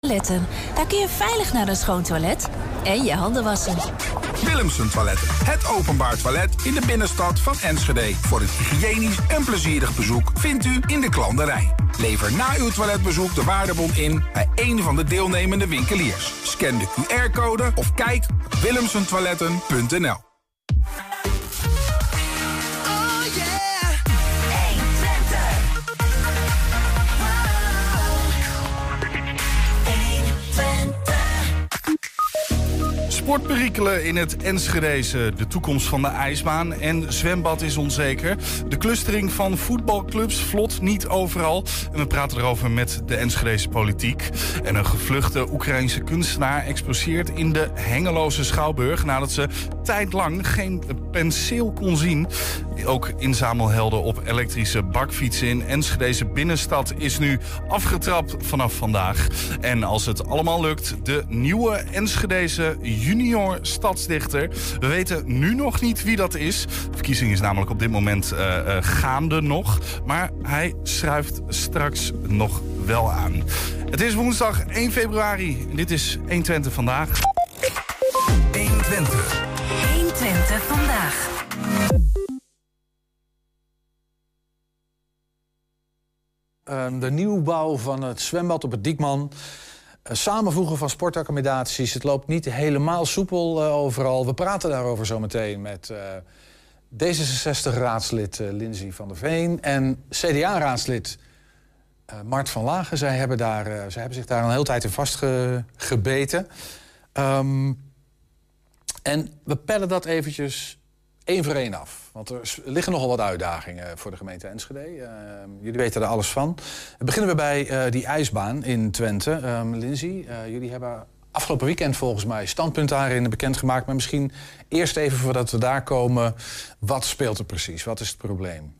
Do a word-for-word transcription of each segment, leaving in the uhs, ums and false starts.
Toiletten. Daar kun je veilig naar een schoon toilet en je handen wassen. Willemsen Toiletten. Het openbaar toilet in de binnenstad van Enschede. Voor een hygiënisch en plezierig bezoek vindt u in de klanderij. Lever na uw toiletbezoek de waardebon in bij een van de deelnemende winkeliers. Scan de Q R-code of kijk op willemsen toiletten punt n l. Sportperikelen in het Enschedese, de toekomst van de ijsbaan en zwembad is onzeker. De clustering van voetbalclubs vlot niet overal. En we praten erover met de Enschedese politiek. En een gevluchte Oekraïense kunstenaar exploseert in de Hengeloze Schouwburg nadat ze tijdlang geen penseel kon zien. Ook inzamelhelden op elektrische bakfietsen in Enschedese binnenstad is nu afgetrapt vanaf vandaag. En als het allemaal lukt, de nieuwe Enschedese junior stadsdichter. We weten nu nog niet wie dat is. De verkiezing is namelijk op dit moment uh, uh, gaande nog. Maar hij schuift straks nog wel aan. Het is woensdag één februari. Dit is honderdtwintig vandaag. honderdtwintig. honderdtwintig vandaag. Uh, de nieuwbouw van het zwembad op het Diekman. Uh, samenvoegen van sportaccommodaties. Het loopt niet helemaal soepel uh, overal. We praten daarover zometeen met uh, D zesenzestig-raadslid uh, Lindsay van der Veen en C D A-raadslid uh, Mart van Lagen. Zij hebben, daar, uh, zij hebben zich daar een hele tijd in vastgebeten. Um, en we pellen dat eventjes één voor één af. Want er liggen nogal wat uitdagingen voor de gemeente Enschede. Uh, jullie weten er alles van. Dan beginnen we bij uh, die ijsbaan in Twente. Um, Lindsay, uh, jullie hebben afgelopen weekend volgens mij standpunt daarin bekendgemaakt. Maar misschien eerst even voordat we daar komen. Wat speelt er precies? Wat is het probleem?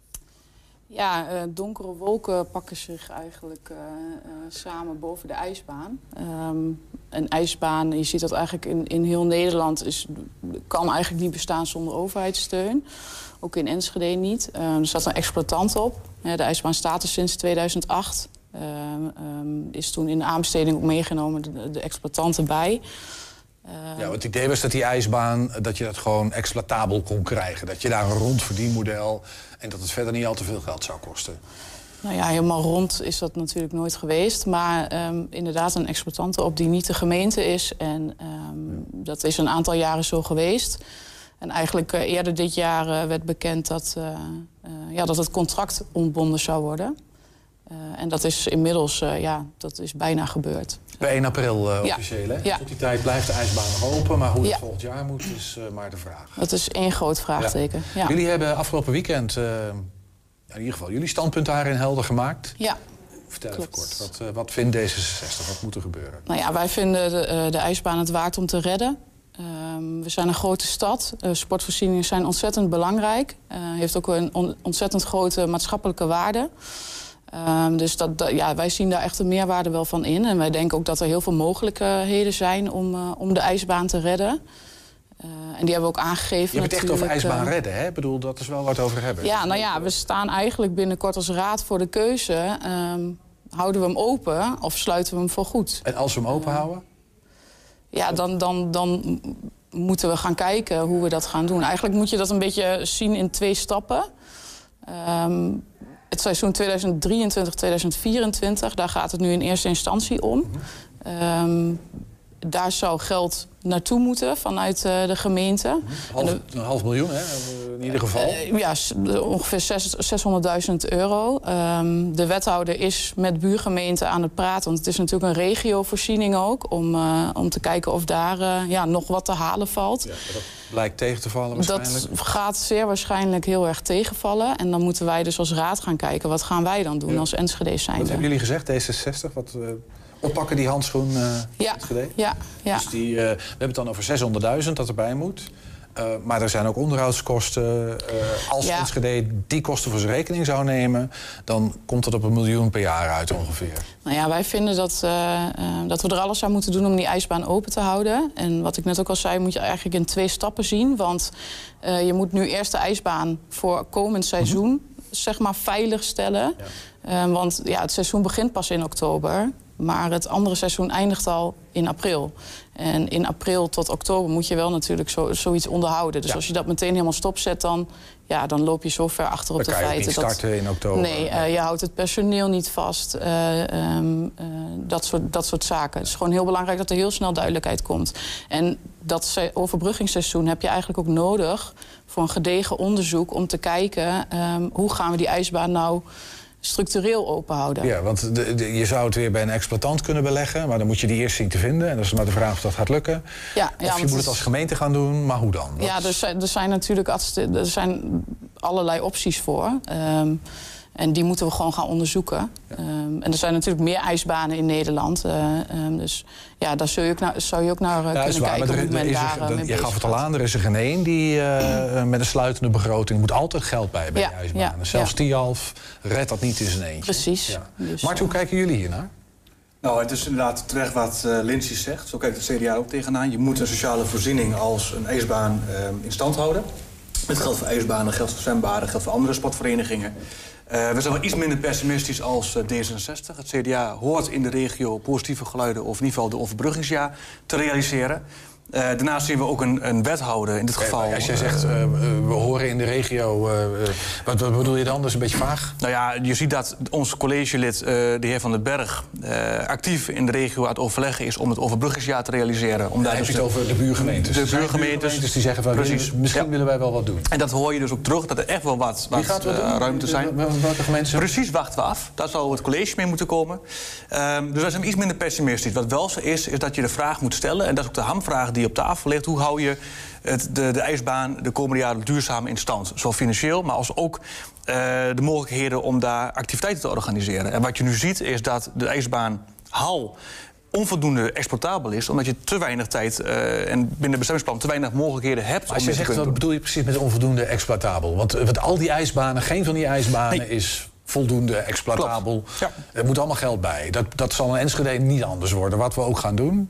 Ja, uh, donkere wolken pakken zich eigenlijk uh, uh, samen boven de ijsbaan. Um, een ijsbaan, je ziet dat eigenlijk in, in heel Nederland, is, kan eigenlijk niet bestaan zonder overheidssteun. Ook in Enschede niet. Uh, er staat een exploitant op. Ja, de ijsbaan staat er sinds tweeduizend acht. Uh, um, is toen in de aanbesteding ook meegenomen de, de exploitant erbij. Uh, ja, het idee was dat die ijsbaan, dat je dat gewoon exploitabel kon krijgen. Dat je daar een rond verdienmodel en dat het verder niet al te veel geld zou kosten. Nou ja, helemaal rond is dat natuurlijk nooit geweest. Maar um, inderdaad een exploitant op die niet de gemeente is. En um, ja. dat is een aantal jaren zo geweest. En eigenlijk uh, eerder dit jaar uh, werd bekend dat, uh, uh, ja, dat het contract ontbonden zou worden. Uh, en dat is inmiddels, uh, ja, dat is bijna gebeurd. Bij één april uh, ja. officieel, hè? Ja. Tot die tijd blijft de ijsbaan nog open, maar hoe ja. het volgend jaar moet, is uh, maar de vraag. Dat is één groot vraagteken, ja. Ja. Jullie hebben afgelopen weekend, uh, in ieder geval, jullie standpunt daarin helder gemaakt. Ja. Vertel Klopt. even kort, wat, uh, wat vindt D zesenzestig, wat moet er gebeuren? Nou ja, wij vinden de, uh, de ijsbaan het waard om te redden. Um, we zijn een grote stad. Uh, sportvoorzieningen zijn ontzettend belangrijk. Uh, heeft ook een on- ontzettend grote maatschappelijke waarde. Um, dus dat, dat, ja, wij zien daar echt een meerwaarde wel van in. En wij denken ook dat er heel veel mogelijkheden zijn om, uh, om de ijsbaan te redden. Uh, en die hebben we ook aangegeven. Je hebt het echt over ijsbaan uh, redden, hè? Ik bedoel, dat is wel wat over hebben. Ja, nou ja, we staan eigenlijk binnenkort als raad voor de keuze. Um, houden we hem open of sluiten we hem voor goed? En als we hem open houden? Uh, ja, dan, dan, dan moeten we gaan kijken hoe we dat gaan doen. Eigenlijk moet je dat een beetje zien in twee stappen. Um, Het seizoen tweeduizend drieëntwintig tweeduizend vierentwintig, daar gaat het nu in eerste instantie om. Um, daar zou geld naartoe moeten vanuit uh, de gemeente. Half, de, een half miljoen, hè? In ieder geval. Uh, ja, ongeveer zeshonderdduizend euro. Um, de wethouder is met buurgemeenten aan het praten. Want het is natuurlijk een regiovoorziening ook. Om, uh, om te kijken of daar uh, ja, nog wat te halen valt. Ja, dat blijkt tegen te vallen waarschijnlijk. Dat gaat zeer waarschijnlijk heel erg tegenvallen. En dan moeten wij dus als raad gaan kijken. Wat gaan wij dan doen ja. als Enschede zijnde? Wat hebben jullie gezegd, D zesenzestig? Wat, uh, oppakken die handschoen uh, ja. Enschede? Ja, ja. Dus die, uh, we hebben het dan over zeshonderdduizend dat erbij moet. Uh, maar er zijn ook onderhoudskosten. Uh, als ja. Enschede die kosten voor zijn rekening zou nemen, dan komt het op een miljoen per jaar uit ongeveer. Nou ja, wij vinden dat, uh, uh, dat we er alles aan moeten doen om die ijsbaan open te houden. En wat ik net ook al zei, moet je eigenlijk in twee stappen zien. Want uh, je moet nu eerst de ijsbaan voor komend seizoen mm-hmm. zeg maar veilig stellen. Ja. Uh, want ja, het seizoen begint pas in oktober. Maar het andere seizoen eindigt al in april. En in april tot oktober moet je wel natuurlijk zo, zoiets onderhouden. Dus ja. als je dat meteen helemaal stopzet, dan, ja, dan loop je zo ver achter op dan de kan je feiten. niet starten dat, in oktober. Nee, uh, je houdt het personeel niet vast. Uh, um, uh, dat, soort, dat soort zaken. Het is gewoon heel belangrijk dat er heel snel duidelijkheid komt. En dat overbruggingsseizoen heb je eigenlijk ook nodig voor een gedegen onderzoek om te kijken um, hoe gaan we die ijsbaan nou structureel openhouden. Ja, want de, de, je zou het weer bij een exploitant kunnen beleggen, maar dan moet je die eerst zien te vinden. En dat is maar de vraag of dat gaat lukken. Ja, of ja, je moet het als gemeente gaan doen, maar hoe dan? Wat... Ja, er zijn, er zijn natuurlijk er zijn allerlei opties voor. Um, en die moeten we gewoon gaan onderzoeken. Ja. Um, en er zijn natuurlijk meer ijsbanen in Nederland. Uh, um, dus ja, daar zou je ook naar, zou je ook naar uh, ja, kunnen waar, kijken. Er, er is daar, er, je gaf het al aan, er is er geen één die uh, met een sluitende begroting moet altijd geld bij bij ja, de ijsbanen. Ja, Zelfs ja. Tialf redt dat niet in zijn eentje. Precies. Ja. Dus, Mart, hoe kijken jullie hiernaar? Nou, het is inderdaad terecht wat uh, Lindsay zegt. Zo kijkt het C D A ook tegenaan. Je moet een sociale voorziening als een ijsbaan uh, in stand houden. Het geldt voor ijsbanen, geldt voor zwembaden, geldt voor andere sportverenigingen. Uh, we zijn wel iets minder pessimistisch als uh, D zesenzestig. Het C D A hoort in de regio positieve geluiden, of in ieder geval de overbruggingsjaar, te realiseren. Uh, daarnaast zien we ook een, een wethouder in dit geval. Kijk, als jij zegt, uh, we horen in de regio, uh, wat, wat bedoel je dan? Dat is een beetje vaag. Nou ja, je ziet dat ons collegelid, uh, de heer Van den Berg, uh, actief in de regio aan het overleggen is om het overbruggingsjaar te realiseren. Om ja, daar heb dus je het over de buurgemeentes? De de buurgemeentes. buurgemeentes die zeggen, van, precies. misschien ja. willen wij wel wat doen. En dat hoor je dus ook terug, dat er echt wel wat, wat, gaat wat uh, ruimte zijn. Welke gemeenten? Precies, wachten we af. Daar zou het college mee moeten komen. Um, dus wij zijn iets minder pessimistisch. Wat wel zo is, is dat je de vraag moet stellen, en dat is ook de hamvraag die op tafel ligt. Hoe hou je het, de, de ijsbaan de komende jaren duurzaam in stand? Zowel financieel, maar als ook uh, de mogelijkheden om daar activiteiten te organiseren. En wat je nu ziet is dat de ijsbaanhal onvoldoende exploitabel is, omdat je te weinig tijd uh, en binnen het bestemmingsplan te weinig mogelijkheden hebt. Als om je zegt, wat bedoel je precies met onvoldoende exploitabel? Want, want al die ijsbanen, geen van die ijsbanen nee. is voldoende exploitabel. Ja. Er moet allemaal geld bij. Dat, dat zal in Enschede niet anders worden. Wat we ook gaan doen.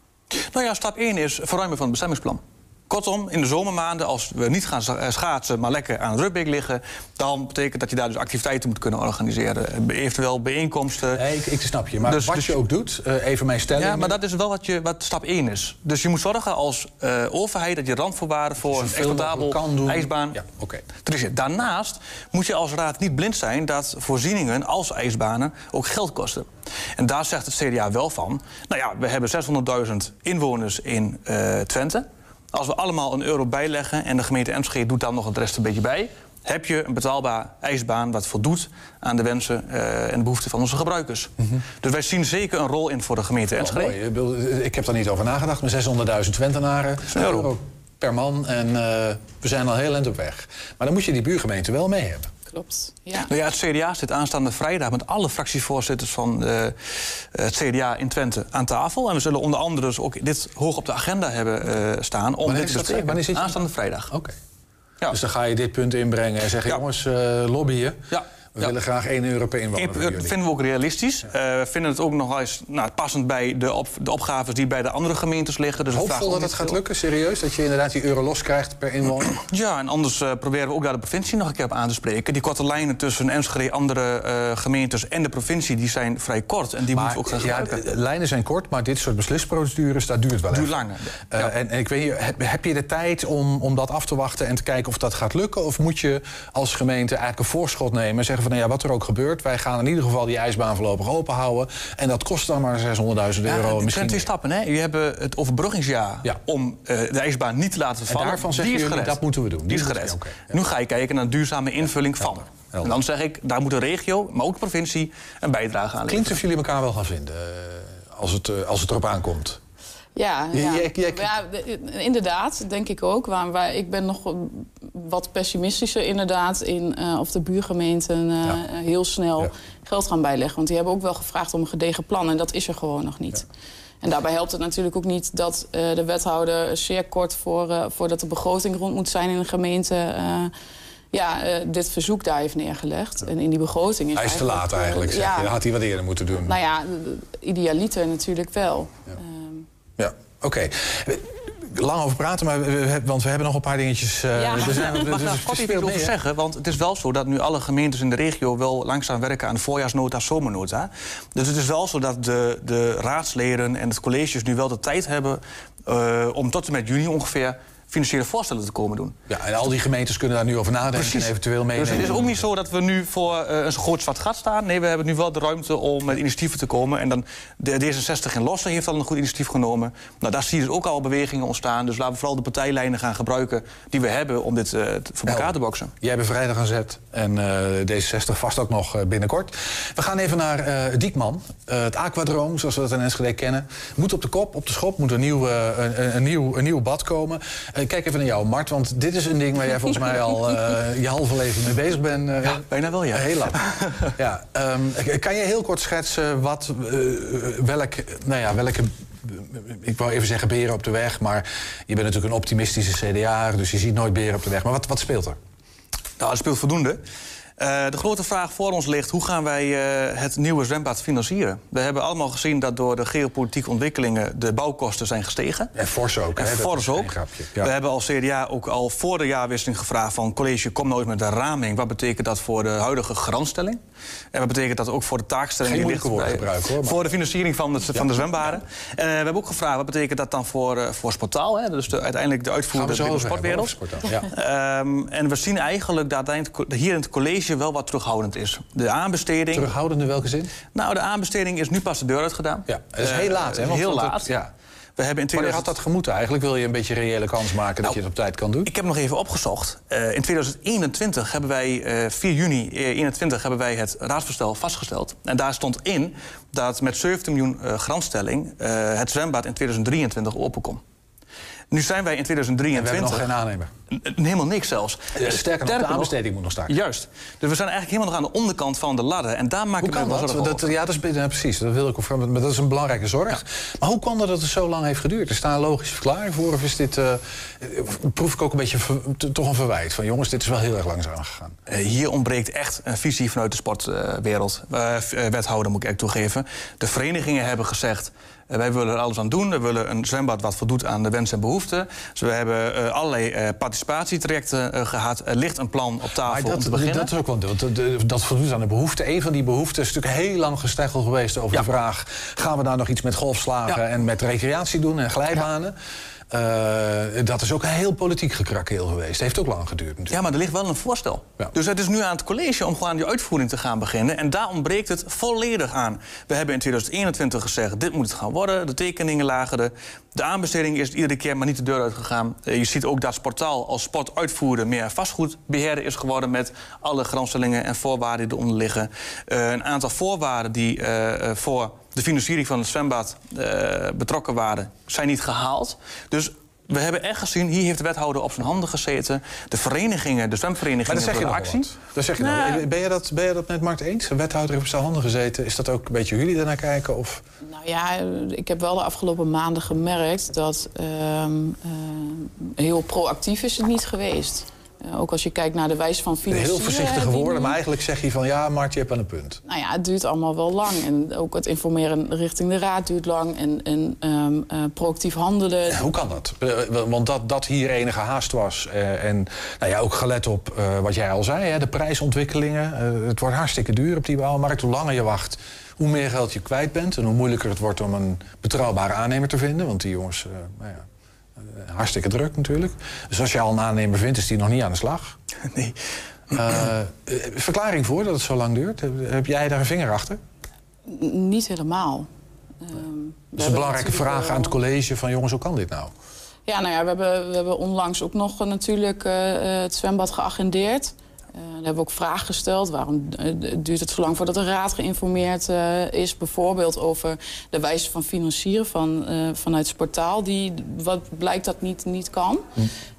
Nou ja, stap één is verruimen van het bestemmingsplan. Kortom, in de zomermaanden, als we niet gaan schaatsen, maar lekker aan het rugbeek liggen, dan betekent dat je daar dus activiteiten moet kunnen organiseren. Eventueel bijeenkomsten. Nee, ik, ik snap je. Maar dus, wat dus, je ook doet, uh, even mijn stelling. Ja, maar dat is wel wat, je, wat stap één is. Dus je moet zorgen als uh, overheid dat je randvoorwaarden voor een exploitabel ijsbaan. Ja, okay. Daarnaast moet je als raad niet blind zijn dat voorzieningen als ijsbanen ook geld kosten. En daar zegt het C D A wel van. Nou ja, we hebben zeshonderdduizend inwoners in uh, Twente. Als we allemaal een euro bijleggen en de gemeente Enschede doet daar nog het rest een beetje bij, heb je een betaalbaar ijsbaan wat voldoet aan de wensen uh, en de behoeften van onze gebruikers. Mm-hmm. Dus wij zien zeker een rol in voor de gemeente Enschede. Oh, mooi. Ik heb daar niet over nagedacht, maar zeshonderdduizend Twentenaren, een euro. euro per man en uh, we zijn al heel eind op weg. Maar dan moet je die buurgemeente wel mee hebben. Klopt, ja. Nou ja, het C D A zit aanstaande vrijdag met alle fractievoorzitters van uh, het C D A in Twente aan tafel. En we zullen onder andere dus ook dit hoog op de agenda hebben uh, staan om dit te bespreken. Wanneer zit je? Aanstaande vrijdag. Oké. Okay. Ja. Dus dan ga je dit punt inbrengen en zeggen, ja. jongens, uh, lobbyen. Ja. We ja. willen graag één euro per inwoner. Dat vinden we ook realistisch. Ja. Uh, we vinden het ook nog wel eens nou, passend bij de, op, de opgaves die bij de andere gemeentes liggen. Dus hoopvol dat het gaat lukken, serieus? Dat je inderdaad die euro los krijgt per inwoner? Ja, en anders uh, proberen we ook daar de provincie nog een keer op aan te spreken. Die korte lijnen tussen Enschede, andere uh, gemeentes en de provincie, die zijn vrij kort. En die maar, moeten we ook gaan ja, gebruiken. De lijnen zijn kort, maar dit soort beslisprocedures, dat duurt wel duurt even. langer. Uh, ja. en, en ik weet niet, heb, heb je de tijd om, om dat af te wachten en te kijken of dat gaat lukken? Of moet je als gemeente eigenlijk een voorschot nemen en zeggen van, nou ja, wat er ook gebeurt, wij gaan in ieder geval die ijsbaan voorlopig open houden. En dat kost dan maar zeshonderdduizend euro. Ja, misschien twee stappen, hè? Je hebt het overbruggingsjaar ja. om uh, de ijsbaan niet te laten vallen. En daarvan zeggen jullie, dat moeten we doen. Die is gered. Okay, ja. Nu ga je kijken naar een duurzame invulling ja, van. Helder, helder. En dan zeg ik, daar moet de regio, maar ook de provincie, een bijdrage aan leveren. Klinkt of jullie elkaar wel gaan vinden, uh, als, het, uh, als het erop aankomt. Ja, ja. Jij, jij... ja, inderdaad, denk ik ook. Waar, waar, ik ben nog wat pessimistischer inderdaad in uh, of de buurgemeenten uh, ja. heel snel ja. geld gaan bijleggen. Want die hebben ook wel gevraagd om een gedegen plan en dat is er gewoon nog niet. Ja. En daarbij helpt het natuurlijk ook niet dat uh, de wethouder zeer kort voor, uh, voordat de begroting rond moet zijn in een gemeente Uh, ja, uh, dit verzoek daar heeft neergelegd. Ja. En in die begroting is hij is te laat eigenlijk, zeg ja. je. Dat had hij wat eerder moeten doen. Nou ja, idealiter natuurlijk wel. Ja, um, ja. oké. Okay. lang over praten, maar we, want we hebben nog een paar dingetjes. Uh, Ja. er zijn, Mag ik daar kort iets over zeggen? Want het is wel zo dat nu alle gemeentes in de regio wel langzaam werken aan de voorjaarsnota, zomernota. Dus het is wel zo dat de, de raadsleden en het colleges nu wel de tijd hebben uh, om tot en met juni ongeveer financiële voorstellen te komen doen. Ja, en al die gemeentes kunnen daar nu over nadenken. Precies. En eventueel meenemen. Dus het is ook niet zo dat we nu voor uh, een groot zwart gat staan. Nee, we hebben nu wel de ruimte om met initiatieven te komen. En dan de D zesenzestig in Lossen heeft al een goed initiatief genomen. Nou, daar zie je dus ook al bewegingen ontstaan. Dus laten we vooral de partijlijnen gaan gebruiken die we hebben om dit uh, voor elkaar El, te boksen. Jij bent vrijdag aan zet en uh, D zesenzestig vast ook nog uh, binnenkort. We gaan even naar uh, Diekman. Uh, het Aquadroom, zoals we dat in Enschede kennen, moet op de kop, op de schop, moet een nieuw, uh, een, een, nieuw, een nieuw bad komen. Uh, Kijk even naar jou, Mart, want dit is een ding waar jij volgens mij al uh, je halve leven mee bezig bent. Uh, ja, bijna wel, ja. Heel lang. Ja, um, kan je heel kort schetsen wat, uh, welk, nou ja, welke, ik wou even zeggen beren op de weg, maar je bent natuurlijk een optimistische C D A'er, dus je ziet nooit beren op de weg. Maar wat, wat speelt er? Nou, er speelt voldoende. Uh, de grote vraag voor ons ligt, hoe gaan wij uh, het nieuwe zwembad financieren? We hebben allemaal gezien dat door de geopolitieke ontwikkelingen de bouwkosten zijn gestegen. En fors ook. En hè? fors ook. Ja. We hebben als C D A ook al voor de jaarwisseling gevraagd van college, kom nou eens met een raming. Wat betekent dat voor de huidige garantstelling? En wat betekent dat ook voor de taakstelling? Geen moeilijke woorden gebruiken, hoor. Maar... Voor de financiering van de, ja. van de zwembaden. En uh, we hebben ook gevraagd, wat betekent dat dan voor, uh, voor Sportaal? Hè? Dus de, uiteindelijk de uitvoerder binnen de sportwereld. Ja. Um, en we zien eigenlijk dat hier in het college wel wat terughoudend is. De aanbesteding... Terughoudend in welke zin? Nou, de aanbesteding is nu pas de deur uitgedaan. Ja, het is heel laat, hè? Want heel laat. Het, ja. We hebben in tweeduizend... Wanneer had dat gemoeten? Eigenlijk wil je een beetje reële kans maken dat nou, je het op tijd kan doen? Ik heb nog even opgezocht. Uh, in tweeduizend eenentwintig hebben wij, uh, vier juni eenentwintig, hebben wij het raadsvoorstel vastgesteld. En daar stond in dat met zeventien miljoen uh, garantstelling uh, het zwembad in tweeduizend drieëntwintig open kon. Nu zijn wij in tweeduizend drieëntwintig... En we hebben nog geen aannemer. Helemaal niks zelfs. Ja, sterker nog, de aanbesteding moet nog starten. Juist. Dus we zijn eigenlijk helemaal nog aan de onderkant van de ladder. En daar maken we wel zorgen over. Dat, ja, dat is, ja, precies. Dat wil ik ook, maar dat is een belangrijke zorg. Ja. Maar hoe kan dat dat het zo lang heeft geduurd? Is daar een logische verklaring voor? Of is dit, uh, proef ik ook een beetje toch een verwijt van... jongens, dit is wel heel erg langzaam gegaan. Uh, hier ontbreekt echt een visie vanuit de sportwereld. Uh, wethouder moet ik echt toegeven. De verenigingen hebben gezegd... Uh, wij willen er alles aan doen. We willen een zwembad wat voldoet aan de wensen en behoeften. Dus we hebben uh, allerlei uh, participatietrajecten uh, gehad. Er ligt een plan op tafel dat, om te beginnen. Dat is ook wel dat, dat, dat voldoet aan de behoeften. Een van die behoeften is natuurlijk heel lang gesteggel geweest over ja. de vraag... gaan we daar nog iets met golfslagen ja. en met recreatie doen en glijbanen? Ja. Uh, dat is ook heel politiek gekrakeel geweest. Heeft ook lang geduurd natuurlijk. Ja, maar er ligt wel een voorstel. Ja. Dus het is nu aan het college om gewoon aan die uitvoering te gaan beginnen. En daar ontbreekt het volledig aan. We hebben in tweeduizend eenentwintig gezegd, dit moet het gaan worden. De tekeningen lagen er. De aanbesteding is iedere keer maar niet de deur uitgegaan. Uh, je ziet ook dat Sportaal als sportuitvoerder meer vastgoedbeheerder is geworden... met alle garantstellingen en voorwaarden die eronder liggen. Uh, een aantal voorwaarden die uh, voor... de financiering van het zwembad uh, betrokken waren, zijn niet gehaald. Dus we hebben echt gezien, hier heeft de wethouder op zijn handen gezeten. De verenigingen, de zwemverenigingen hebben de actie. Dat zeg je nou. nou. Ben je dat, ben je dat met Mart eens? Een wethouder heeft op zijn handen gezeten. Is dat ook een beetje hoe jullie daarnaar kijken? Of? Nou ja, ik heb wel de afgelopen maanden gemerkt dat uh, uh, heel proactief is het niet geweest. Uh, ook als je kijkt naar de wijze van financieren. Heel voorzichtige woorden, nu... maar eigenlijk zeg je van... ja, Mart, je hebt aan een punt. Nou ja, het duurt allemaal wel lang. En ook het informeren richting de raad duurt lang. En, en um, uh, proactief handelen. Ja, hoe kan dat? Want dat, dat hier enige haast was. Uh, en nou ja, ook gelet op uh, wat jij al zei, hè, de prijsontwikkelingen. Uh, het wordt hartstikke duur op die bouwmarkt. Hoe langer je wacht, hoe meer geld je kwijt bent. En hoe moeilijker het wordt om een betrouwbare aannemer te vinden. Want die jongens... Uh, nou ja, hartstikke druk natuurlijk. Dus als je al een aannemer vindt, is die nog niet aan de slag. Nee. Uh, verklaring voor dat het zo lang duurt? Heb jij daar een vinger achter? N- niet helemaal. Um, dat is een belangrijke vraag aan het college van jongens, hoe kan dit nou? Ja, nou ja, we hebben, we hebben onlangs ook nog uh, natuurlijk uh, het zwembad geagendeerd. Uh, daar hebben we ook vragen gesteld. Waarom uh, duurt het zo lang voordat de raad geïnformeerd uh, is? Bijvoorbeeld over de wijze van financieren van, uh, vanuit Sportaal. Die, wat blijkt dat niet, niet kan. Hm.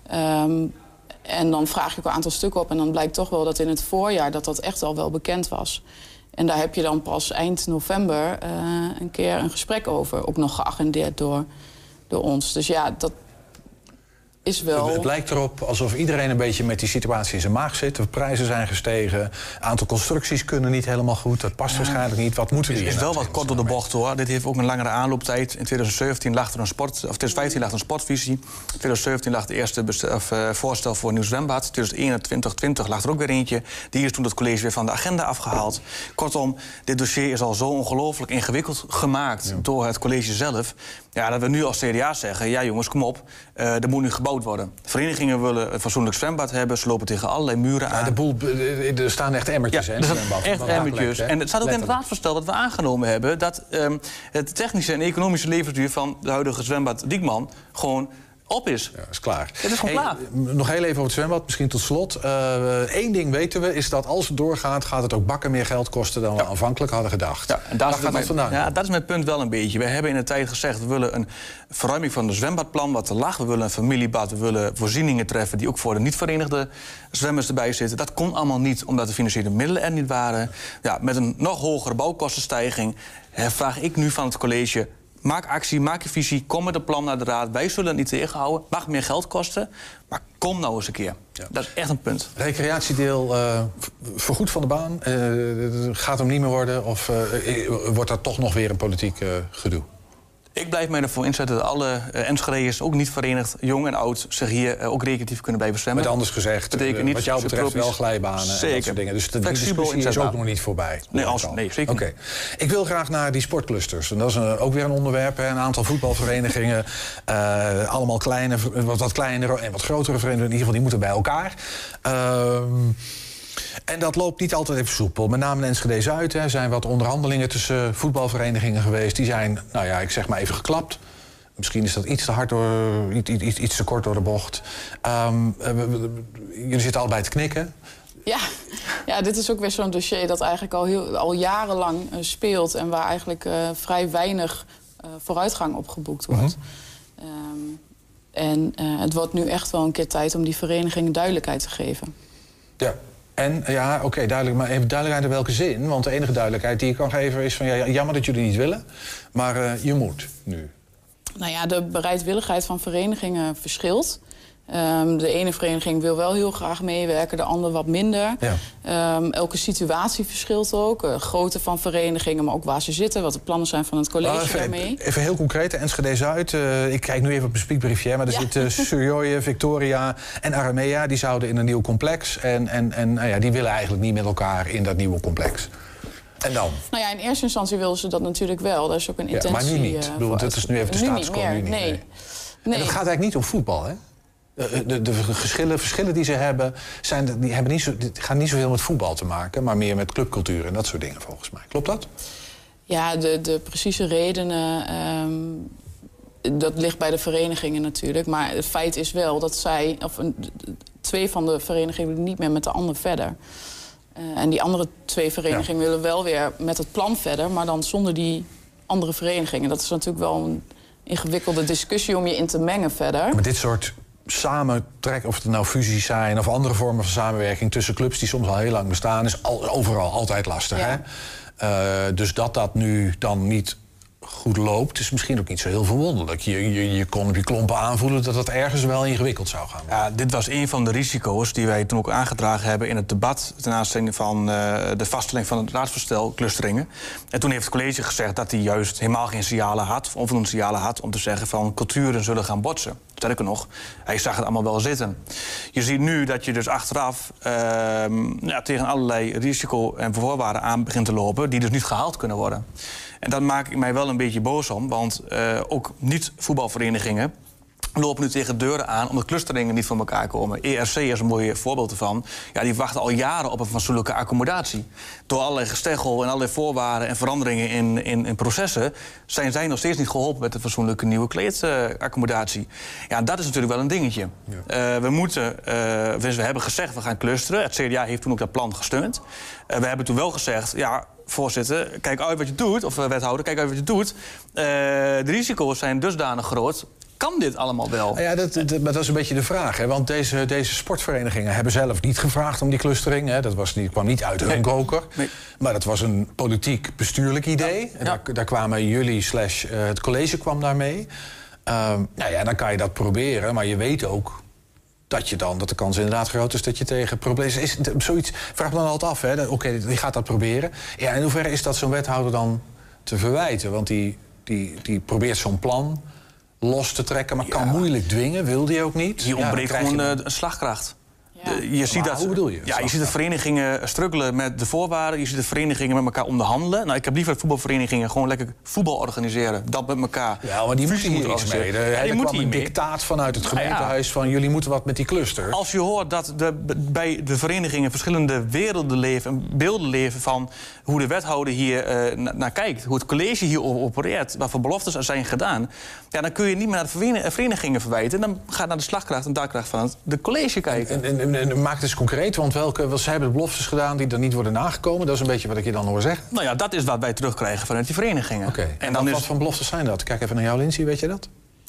Um, en dan vraag je ook een aantal stukken op. En dan blijkt toch wel dat in het voorjaar dat dat echt al wel bekend was. En daar heb je dan pas eind november uh, een keer een gesprek over. Ook nog geagendeerd door, door ons. Dus ja, dat... is wel... Het, het lijkt erop alsof iedereen een beetje met die situatie in zijn maag zit. De prijzen zijn gestegen. Een aantal constructies kunnen niet helemaal goed. Dat past ja. waarschijnlijk niet. Wat moeten we hier? Het is nou wel wat kort door de bocht, hoor. Dit heeft ook een langere aanlooptijd. In twintig zeventien lag er een sport... Of twintig vijftien lag er een sportvisie. In twintig zeventien lag het eerste bestel, of, uh, voorstel voor een nieuw zwembad. In twintig eenentwintig twintig lag er ook weer eentje. Die is toen het college weer van de agenda afgehaald. Kortom, dit dossier is al zo ongelooflijk ingewikkeld gemaakt... Ja. door het college zelf. Ja, dat we nu als C D A zeggen... ja jongens, kom op, uh, er moet nu gebouwd worden. Verenigingen willen een fatsoenlijk zwembad hebben. Ze lopen tegen allerlei muren aan. Ja, de boel, er staan echt emmertjes, ja, hè? Er staan echt emmertjes. En het staat ook in het raadsvoorstel dat we aangenomen hebben... dat um, het technische en economische levensduur van de huidige zwembad Diekman... gewoon op is. Ja, is klaar. Het is gewoon hey, klaar. Nog heel even over het zwembad, misschien tot slot. Eén uh, ding weten we, is dat als het doorgaat... gaat het ook bakken meer geld kosten dan we ja. aanvankelijk hadden gedacht. Ja, en daar Waar gaat mijn, dat vandaan? Ja, dat is mijn punt wel een beetje. We hebben in de tijd gezegd... we willen een verruiming van het zwembadplan wat te lag. We willen een familiebad, we willen voorzieningen treffen... die ook voor de niet-verenigde zwemmers erbij zitten. Dat kon allemaal niet, omdat de financiële middelen er niet waren. Ja, met een nog hogere bouwkostenstijging... vraag ik nu van het college... maak actie, maak je visie, kom met een plan naar de raad. Wij zullen het niet tegenhouden. Mag meer geld kosten, maar kom nou eens een keer. Ja. Dat is echt een punt. Recreatiedeel, uh, vergoed van de baan. Uh, gaat hem niet meer worden? Of uh, wordt dat toch nog weer een politiek uh, gedoe? Ik blijf mij ervoor inzetten dat alle uh, Enschede'ers, ook niet verenigd, jong en oud, zich hier uh, ook recreatief kunnen blijven zwemmen. Met anders gezegd, uh, wat jou betreft wel glijbanen zeker. En dat soort dingen. Dus de discussie is ook nog niet voorbij. Nee, als, nee zeker okay. Ik wil graag naar die sportclusters. En dat is een, ook weer een onderwerp. Hè. Een aantal voetbalverenigingen, uh, allemaal kleine, wat, wat kleinere en wat grotere verenigingen. In ieder geval, die moeten bij elkaar. Uh, En dat loopt niet altijd even soepel. Met name in Enschede-Zuid er zijn wat onderhandelingen tussen voetbalverenigingen geweest. Die zijn, nou ja, ik zeg maar even geklapt. Misschien is dat iets te hard door, iets, iets, iets te kort door de bocht. Um, uh, jullie zitten allebei te knikken. Ja, ja, dit is ook weer zo'n dossier dat eigenlijk al, heel, al jarenlang uh, speelt... en waar eigenlijk uh, vrij weinig uh, vooruitgang op geboekt wordt. Mm-hmm. um, en uh, het wordt nu echt wel een keer tijd om die verenigingen duidelijkheid te geven. Ja. En ja, oké, okay, duidelijk, maar even duidelijkheid in welke zin? Want de enige duidelijkheid die je kan geven is van... ja, jammer dat jullie niet willen, maar uh, je moet nu. Nou ja, de bereidwilligheid van verenigingen verschilt. Um, de ene vereniging wil wel heel graag meewerken, de andere wat minder. Ja. Um, elke situatie verschilt ook. Uh, grootte van verenigingen, maar ook waar ze zitten... wat de plannen zijn van het college nou, even, daarmee. Even heel concreet, Enschede-Zuid. Uh, ik kijk nu even op mijn speakbriefje, hè, maar er ja. zitten Surjoye, Victoria en Aramea. Die zouden in een nieuw complex. En, en, en nou ja, die willen eigenlijk niet met elkaar in dat nieuwe complex. En dan? Nou ja, in eerste instantie wilden ze dat natuurlijk wel. Daar is ook een intentie. Ja, maar nu niet. Ik bedoel, dat is nu even de status quo. Nee. Nee. nee. En het gaat eigenlijk niet om voetbal, hè? De, de, de verschillen, verschillen die ze hebben, zijn, die hebben niet zo, die gaan niet zoveel met voetbal te maken... maar meer met clubcultuur en dat soort dingen, volgens mij. Klopt dat? Ja, de, de precieze redenen... Um, dat ligt bij de verenigingen natuurlijk. Maar het feit is wel dat zij... of een, twee van de verenigingen niet meer met de ander verder. Uh, en die andere twee verenigingen ja. willen wel weer met het plan verder... maar dan zonder die andere verenigingen. Dat is natuurlijk wel een ingewikkelde discussie om je in te mengen verder. Maar dit soort... samentrekken, of het nou fusies zijn... of andere vormen van samenwerking tussen clubs... die soms al heel lang bestaan, is al, overal altijd lastig. Ja. Hè? Uh, dus dat dat nu dan niet goed loopt... is misschien ook niet zo heel verwonderlijk. Je, je, je kon op je klompen aanvoelen dat dat ergens wel ingewikkeld zou gaan worden. Ja, dit was een van de risico's die wij toen ook aangedragen hebben... in het debat ten aanzien van uh, de vaststelling van het raadsvoorstel clusteringen. En toen heeft het college gezegd dat hij juist helemaal geen signalen had... of onvoldoende signalen had om te zeggen van culturen zullen gaan botsen. Sterker nog, hij zag het allemaal wel zitten. Je ziet nu dat je dus achteraf uh, ja, tegen allerlei risico- en voorwaarden aan begint te lopen... die dus niet gehaald kunnen worden. En dat maak ik mij wel een beetje boos om, want uh, ook niet-voetbalverenigingen... lopen nu tegen deuren aan omdat clusteringen niet van elkaar komen. E R C is een mooi voorbeeld ervan. Ja, die wachten al jaren op een fatsoenlijke accommodatie. Door allerlei gesteggel en allerlei voorwaarden en veranderingen in, in, in processen... zijn zij nog steeds niet geholpen met de fatsoenlijke nieuwe kleedaccommodatie. Ja, dat is natuurlijk wel een dingetje. Ja. Uh, we moeten, uh, we hebben gezegd, we gaan clusteren. Het C D A heeft toen ook dat plan gesteund. Uh, we hebben toen wel gezegd, ja... voorzitter, kijk uit wat je doet, of uh, wethouder, kijk uit wat je doet. Uh, de risico's zijn dusdanig groot... Kan dit allemaal wel? Ja, dat, dat, dat is een beetje de vraag. Hè? Want deze, deze sportverenigingen hebben zelf niet gevraagd om die clustering. Hè? Dat was, die kwam niet uit hun nee. koker. Nee. Maar dat was een politiek-bestuurlijk idee. Ja. En daar, daar kwamen jullie slash uh, het college kwam daarmee. Um, nou ja, dan kan je dat proberen, maar je weet ook dat je dan, dat de kans inderdaad groot is dat je tegen problemen is. Zoiets vraag me dan altijd af, hè? Oké, okay, die gaat dat proberen. Ja, in hoeverre is dat zo'n wethouder dan te verwijten? Want die, die, die probeert zo'n plan los te trekken, maar ja. kan moeilijk dwingen, wil die ook niet. Hier ontbreekt ja, gewoon je... een slagkracht. Ja. Uh, je ziet dat, hoe bedoel je? Ja, je ziet dat verenigingen struggelen met de voorwaarden. Je ziet dat verenigingen met elkaar onderhandelen. Nou, ik heb liever dat voetbalverenigingen gewoon lekker voetbal organiseren. Dat met elkaar. Ja, maar die moeten hier iets mee. Er, ja, er kwam een dictaat vanuit het gemeentehuis van jullie moeten wat met die cluster. Als je hoort dat de, bij de verenigingen verschillende werelden leven en beelden leven van hoe de wethouder hier uh, naar kijkt, hoe het college hier opereert, wat voor beloftes er zijn gedaan, ja, dan kun je niet meer naar de verenigingen verwijten. Dan gaat naar de slagkracht en daadkracht van het de college kijken. En, en, en, en maak het eens concreet, want welke, wel, zij hebben de beloftes gedaan die er niet worden nagekomen. Dat is een beetje wat ik je dan hoor zeggen. Nou ja, dat is wat wij terugkrijgen vanuit die verenigingen. Oké. Okay. En, en dan wat, is... wat voor beloftes zijn dat? Kijk even naar jou, Lindsay, weet je dat?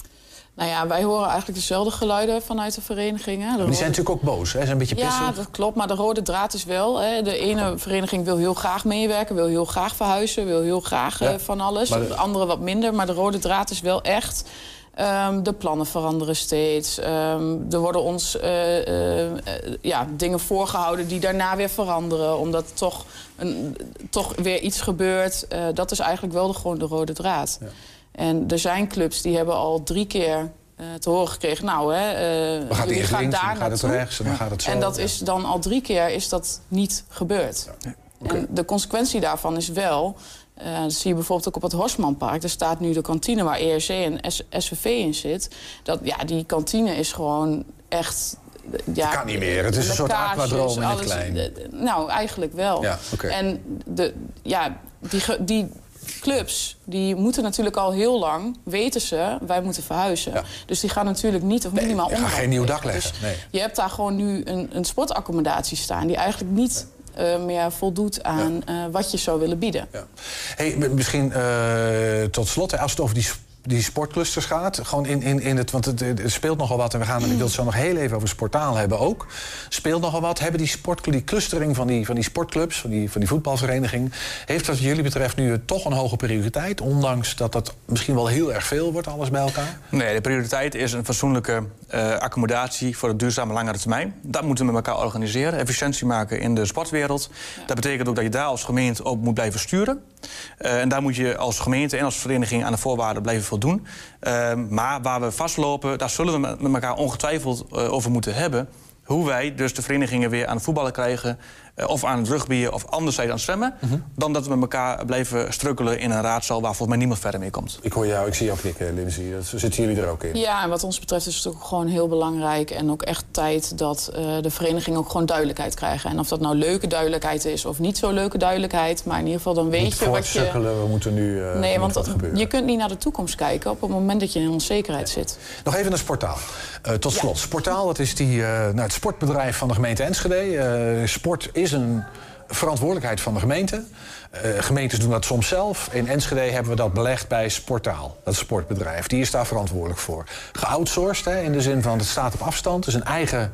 Nou ja, wij horen eigenlijk dezelfde geluiden vanuit de verenigingen. De die rode... zijn natuurlijk ook boos, hè? Zijn een beetje pissig. Ja, dat klopt, maar de rode draad is wel. Hè. De ene vereniging wil heel graag meewerken, wil heel graag verhuizen, wil heel graag ja, uh, van alles. De... de andere wat minder, maar de rode draad is wel echt. Um, de plannen veranderen steeds. Um, er worden ons uh, uh, uh, ja, dingen voorgehouden die daarna weer veranderen. Omdat toch, een, toch weer iets gebeurt. Uh, dat is eigenlijk wel de, gewoon de rode draad. Ja. En er zijn clubs die hebben al drie keer uh, te horen gekregen. Nou, hè, uh, we gaan jullie gaan links, daar dan gaat het rechts en dan gaat het zo. En dat ja. is dan al drie keer is dat niet gebeurd. Ja. Okay. En de consequentie daarvan is wel. Uh, dat zie je bijvoorbeeld ook op het Horsmanpark. Daar staat nu de kantine waar E R C en S V V in zit. Dat, ja, die kantine is gewoon echt. Ja, dat kan niet meer. Het is een soort aquadroom in het klein. Uh, nou, eigenlijk wel. Ja, okay. En de, ja, die, die clubs die moeten natuurlijk al heel lang, weten ze, wij moeten verhuizen. Ja. Dus die gaan natuurlijk niet of minimaal nee, onderhoud geen nieuw dak leggen. Dus nee. je hebt daar gewoon nu een, een sportaccommodatie staan die eigenlijk niet Uh, meer voldoet aan ja. uh, wat je zou willen bieden. Ja. Hey, misschien uh, tot slot, als het over die, die sportclusters gaat, gewoon in, in, in het, want het, het speelt nogal wat en we gaan, mm. ik wil het zo nog heel even over Sportaal hebben ook. Speelt nogal wat. Hebben die, sport, die clustering van die, van die sportclubs, van die, van die voetbalvereniging, heeft dat wat jullie betreft nu toch een hoge prioriteit, ondanks dat dat misschien wel heel erg veel wordt, alles bij elkaar? Nee, de prioriteit is een fatsoenlijke uh, accommodatie voor de duurzame langere termijn. Dat moeten we met elkaar organiseren, efficiëntie maken in de sportwereld. Ja. Dat betekent ook dat je daar als gemeente op moet blijven sturen. Uh, en daar moet je als gemeente en als vereniging aan de voorwaarden blijven voldoen. Uh, maar waar we vastlopen, daar zullen we met elkaar ongetwijfeld uh, over moeten hebben. Hoe wij dus de verenigingen weer aan het voetballen krijgen, uh, of aan het rugbyen of anderzijds aan het zwemmen, mm-hmm. dan dat we met elkaar blijven strukkelen in een raadzaal waar volgens mij niemand verder mee komt. Ik hoor jou, ik zie jou knikken, Lindsay. Dat zitten jullie er ook in? Ja, en wat ons betreft is het ook gewoon heel belangrijk en ook echt tijd dat uh, de verenigingen ook gewoon duidelijkheid krijgen. En of dat nou leuke duidelijkheid is of niet zo leuke duidelijkheid, maar in ieder geval dan weet moet je wat je. We moeten nu. Uh, nee, want wat gebeuren. Je kunt niet naar de toekomst kijken op het moment dat je in onzekerheid zit. Nog even naar Sportaal. Uh, tot slot, ja. Sportaal, dat is die, uh, nou, het sportbedrijf van de gemeente Enschede. Uh, sport is een verantwoordelijkheid van de gemeente. Uh, gemeentes doen dat soms zelf. In Enschede hebben we dat belegd bij Sportaal, dat sportbedrijf. Die is daar verantwoordelijk voor. Geoutsourced, hè, in de zin van het staat op afstand. Dus een eigen,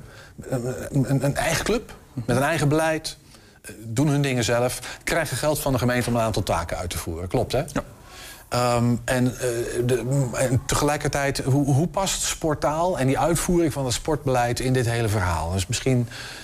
een, een, een eigen club met een eigen beleid. Uh, doen hun dingen zelf. Krijgen geld van de gemeente om een aantal taken uit te voeren. Klopt, hè? Ja. Um, en, uh, de, en tegelijkertijd, hoe, hoe past Sportaal en die uitvoering van het sportbeleid in dit hele verhaal? Dus misschien,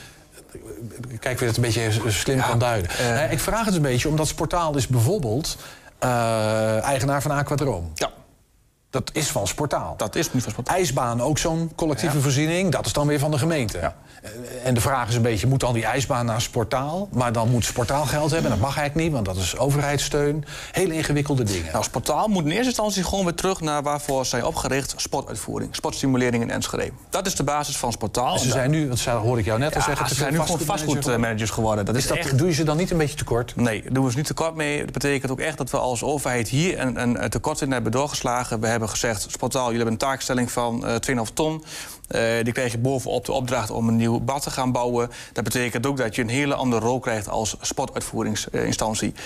kijk of je het een beetje slim ja, kan duiden. Uh, uh, ik vraag het een beetje omdat Sportaal is bijvoorbeeld uh, eigenaar van Aquadroom. Ja. Dat is van Sportaal. Dat is niet van Sportaal. IJsbaan, ook zo'n collectieve ja. voorziening, dat is dan weer van de gemeente. Ja. En de vraag is een beetje, moet dan die ijsbaan naar Sportaal? Maar dan moet Sportaal geld hebben. Dat mag eigenlijk niet, want dat is overheidssteun. Hele ingewikkelde dingen. Nou, Sportaal moet in eerste instantie gewoon weer terug naar waarvoor zijn opgericht. Sportuitvoering, sportstimulering in Enschede. Dat is de basis van Sportaal. En ze zijn nu, dat hoorde ik jou net al ja, zeggen, ze zijn nu gewoon vastgoedmanagers geworden. Dat is is dat, echt... Doe je ze dan niet een beetje tekort? Nee, daar doen we ze niet tekort mee. Dat betekent ook echt dat we als overheid hier een, een tekort in hebben doorgeslagen. We hebben gezegd, Sportaal, jullie hebben een taakstelling van uh, twee komma vijf ton. Uh, die krijg je bovenop de opdracht om een nieuw bad te gaan bouwen. Dat betekent ook dat je een hele andere rol krijgt als sportuitvoeringsinstantie.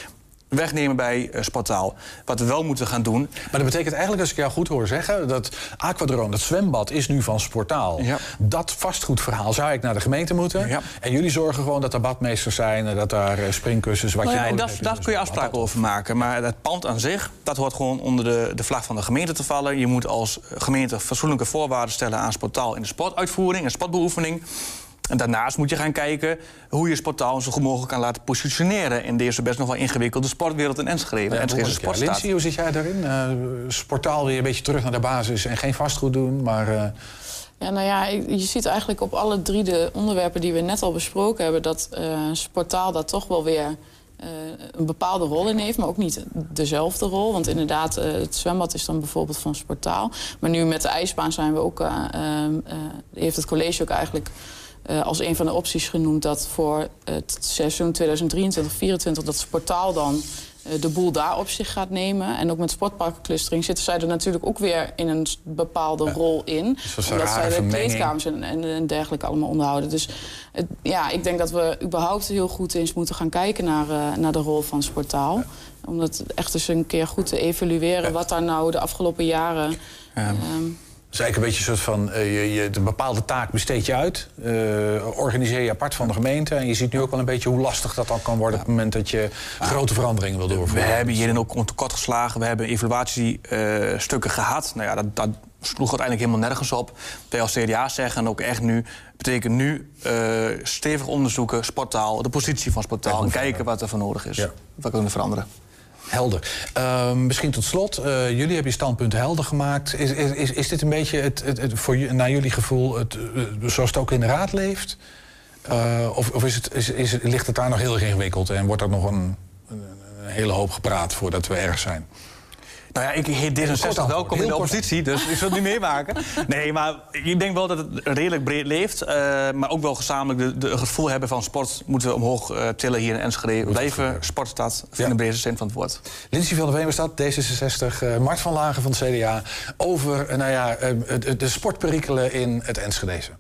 wegnemen bij uh, Sportaal. Wat we wel moeten gaan doen... Maar dat betekent eigenlijk, als ik jou goed hoor zeggen... dat Aquadroom, dat zwembad, is nu van Sportaal. Ja. Dat vastgoedverhaal zou ik naar de gemeente moeten. Ja. En jullie zorgen gewoon dat er badmeesters zijn... en dat daar springkussens, wat nou je ja, nodig dat, hebt. Daar kun je afspraken over maken. Maar het pand aan zich, dat hoort gewoon onder de, de vlag van de gemeente te vallen. Je moet als gemeente fatsoenlijke voorwaarden stellen aan Sportaal... in de sportuitvoering en sportbeoefening... En daarnaast moet je gaan kijken hoe je Sportaal zo goed mogelijk kan laten positioneren... in deze best nog wel ingewikkelde sportwereld in Enschede. Ja, Enschede sportstad. Ja, Lindsay, hoe zit jij daarin? Uh, Sportaal weer een beetje terug naar de basis en geen vastgoed doen, maar... Uh... Ja, nou ja, je ziet eigenlijk op alle drie de onderwerpen die we net al besproken hebben... dat uh, Sportaal daar toch wel weer uh, een bepaalde rol in heeft... maar ook niet dezelfde rol. Want inderdaad, uh, het zwembad is dan bijvoorbeeld van Sportaal. Maar nu met de ijsbaan zijn we ook... Uh, uh, heeft het college ook eigenlijk... Uh, als een van de opties genoemd dat voor het seizoen tweeduizend drieëntwintig vierentwintig... dat Sportaal dan uh, de boel daar op zich gaat nemen. En ook met sportparkenclustering zitten zij er natuurlijk ook weer in een bepaalde ja. rol in. Dus omdat zij de kleedkamers en, en, en dergelijke allemaal onderhouden. Dus het, ja, ik denk dat we überhaupt heel goed eens moeten gaan kijken naar, uh, naar de rol van Sportaal. Ja. Om dat echt eens een keer goed te evalueren ja. wat daar nou de afgelopen jaren... Ja. Um, Het is eigenlijk een beetje een soort van, uh, je, je, de bepaalde taak besteed je uit. Uh, organiseer je apart van de gemeente. En je ziet nu ook wel een beetje hoe lastig dat dan kan worden... Ja. op het moment dat je ja. grote veranderingen wil doorvoeren. We hebben hierin ook tekort geslagen. We hebben evaluatiestukken uh, gehad. Nou ja, dat, dat sloeg uiteindelijk helemaal nergens op. Wij als C D A zeggen ook echt nu... betekent nu uh, stevig onderzoeken, Sportaal, de positie van Sportaal... en, en kijken wat er voor nodig is. Ja. Wat kunnen we veranderen. Helder. Uh, misschien tot slot, uh, jullie hebben je standpunten helder gemaakt. Is, is, is dit een beetje het, het, het, voor, naar jullie gevoel het, uh, zoals het ook in de raad leeft? Uh, of of is het, is, is, ligt het daar nog heel erg ingewikkeld en wordt er nog een, een, een hele hoop gepraat voordat we ergens zijn? Nou ja, ik heet D zesenzestig welkom in de oppositie, dus ik zal het niet meemaken. Nee, maar ik denk wel dat het redelijk breed leeft. Uh, maar ook wel gezamenlijk de, de, het gevoel hebben van sport moeten we omhoog uh, tillen hier in Enschede. Blijven sportstad in ja. de brede zin van het woord. Lindsay van der Weemerstad, D zesenzestig, uh, Mart van Lagen van het C D A... over uh, nou ja, uh, de, de sportperikelen in het Enschedese.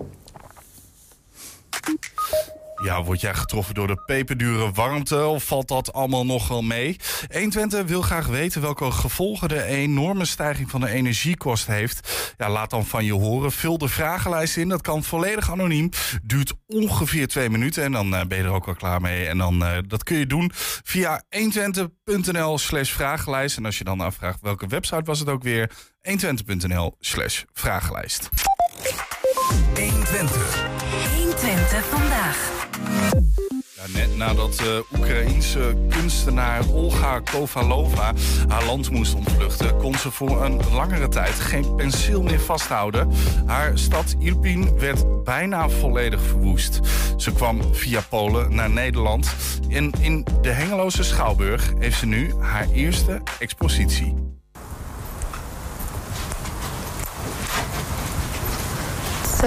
Ja, word jij getroffen door de peperdure warmte of valt dat allemaal nog wel mee? honderdtwintig wil graag weten welke gevolgen de enorme stijging van de energiekost heeft. Ja, laat dan van je horen. Vul de vragenlijst in. Dat kan volledig anoniem. Duurt ongeveer twee minuten en dan uh, ben je er ook wel klaar mee. En dan uh, dat kun je doen via honderdtwintig.nl slash vragenlijst. En als je dan afvraagt welke website was het ook weer, honderdtwintig.nl slash vragenlijst. honderdtwintig. honderdtwintig vandaag. Ja, net nadat de uh, Oekraïense kunstenaar Olga Kovalova haar land moest ontvluchten, kon ze voor een langere tijd geen penseel meer vasthouden. Haar stad Irpin werd bijna volledig verwoest. Ze kwam via Polen naar Nederland en in de Hengeloze Schouwburg heeft ze nu haar eerste expositie. So,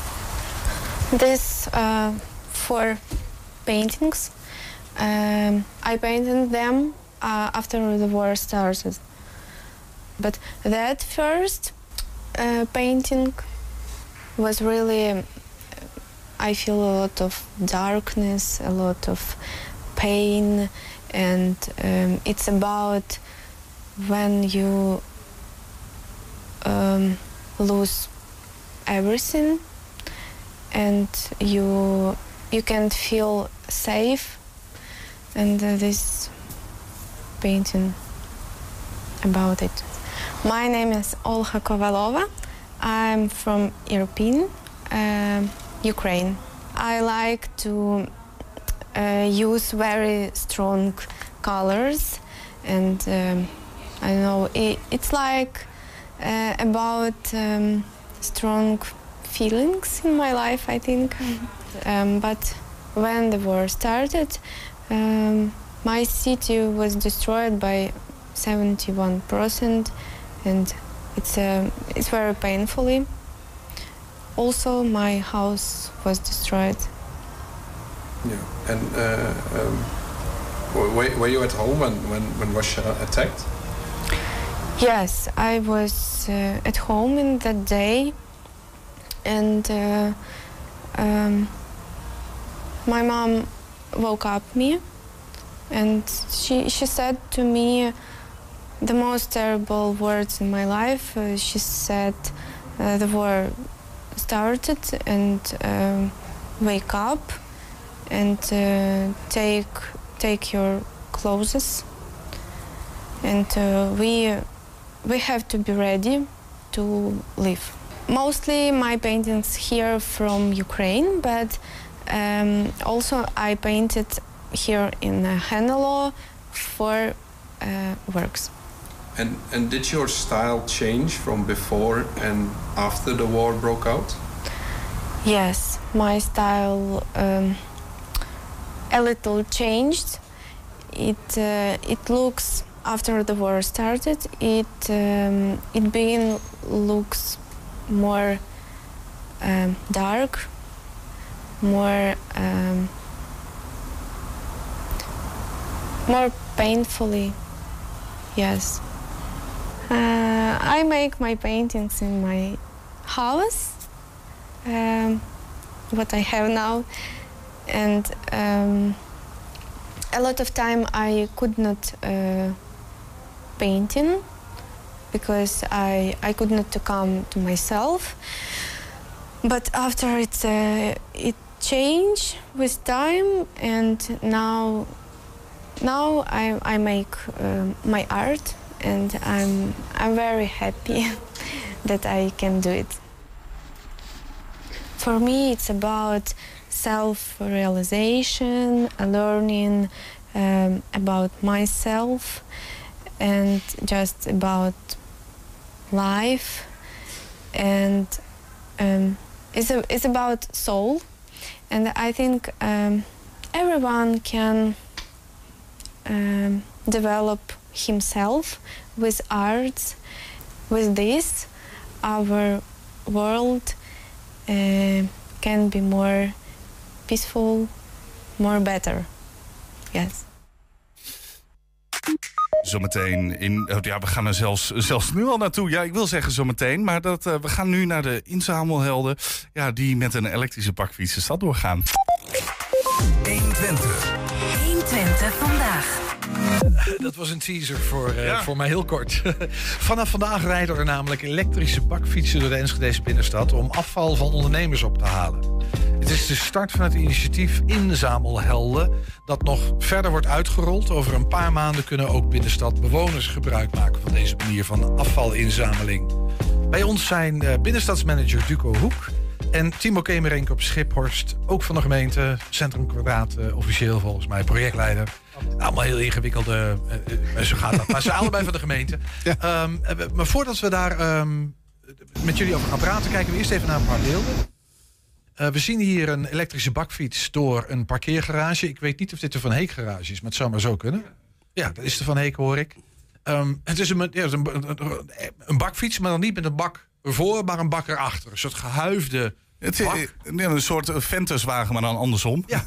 this uh, four paintings, um, I painted them uh, after the war started. But that first uh, painting was really, I feel a lot of darkness, a lot of pain, and um, it's about when you um, lose everything and you you can't feel safe, and uh, this painting about it. My name is Olga Kovalova. I'm from Irpin, uh, Ukraine. I like to uh, use very strong colors, and um, I don't know, it, it's like uh, about um, strong feelings in my life, I think. Um, but when the war started, um, my city was destroyed by seventy-one percent, and it's uh, it's very painfully. Also, my house was destroyed. Yeah, and uh, um, were, were you at home when, when, when Russia attacked? Yes, I was uh, at home in that day, and uh, um, my mom woke up me And she she said to me the most terrible words in my life. Uh, she said uh, the war started and um, wake up and uh, take take your clothes and uh, we we have to be ready to leave. Mostly my paintings here from Ukraine, but um, also I painted here in uh, Hengelo for uh, works. And and did your style change from before and after the war broke out? Yes, my style um, a little changed. It uh, it looks after the war started. It um, it began looks more um, dark, more um, more painfully. Yes. Uh, I make my paintings in my house, um, what I have now, and um, a lot of time I could not uh, painting because I I could not come to myself. But after it uh, it changed with time, and now now I I make uh, my art. And I'm I'm very happy that I can do it. For me, it's about self-realization, learning um, about myself, and just about life. And um, it's a, it's about soul. And I think um, everyone can um, develop himself with art. With this, our world uh, can be more peaceful, more better. Yes. Zometeen in. Oh ja, we gaan er zelfs, zelfs nu al naartoe. Ja, ik wil zeggen zometeen. Maar dat, uh, we gaan nu naar de inzamelhelden. Ja, die met een elektrische bakfiets de stad doorgaan. honderdtwintig. honderdtwintig vandaag. Dat was een teaser voor, uh, ja. voor mij heel kort. Vanaf vandaag rijden er namelijk elektrische bakfietsen door de Enschedese binnenstad om afval van ondernemers op te halen. Het is de start van het initiatief Inzamelhelden dat nog verder wordt uitgerold. Over een paar maanden kunnen ook binnenstadbewoners gebruik maken van deze manier van afvalinzameling. Bij ons zijn uh, binnenstadsmanager Duco Hoek en Timo Kemerenk op Schiphorst, ook van de gemeente, Centrum Kwadraat, uh, officieel volgens mij, projectleider. Allemaal heel ingewikkelde, uh, zo gaat dat. Maar ze zijn allebei van de gemeente. Ja. Um, maar voordat we daar um, met jullie over gaan praten, kijken we eerst even naar een paar beelden. Uh, we zien hier een elektrische bakfiets door een parkeergarage. Ik weet niet of dit de Van Heek garage is, maar het zou maar zo kunnen. Ja, dat is de Van Heek, hoor ik. Um, het is een, ja, een, een, een bakfiets, maar dan niet met een bak ervoor, maar een bak erachter. Een soort gehuifde Het is een soort venterswagen, maar dan andersom. Ja.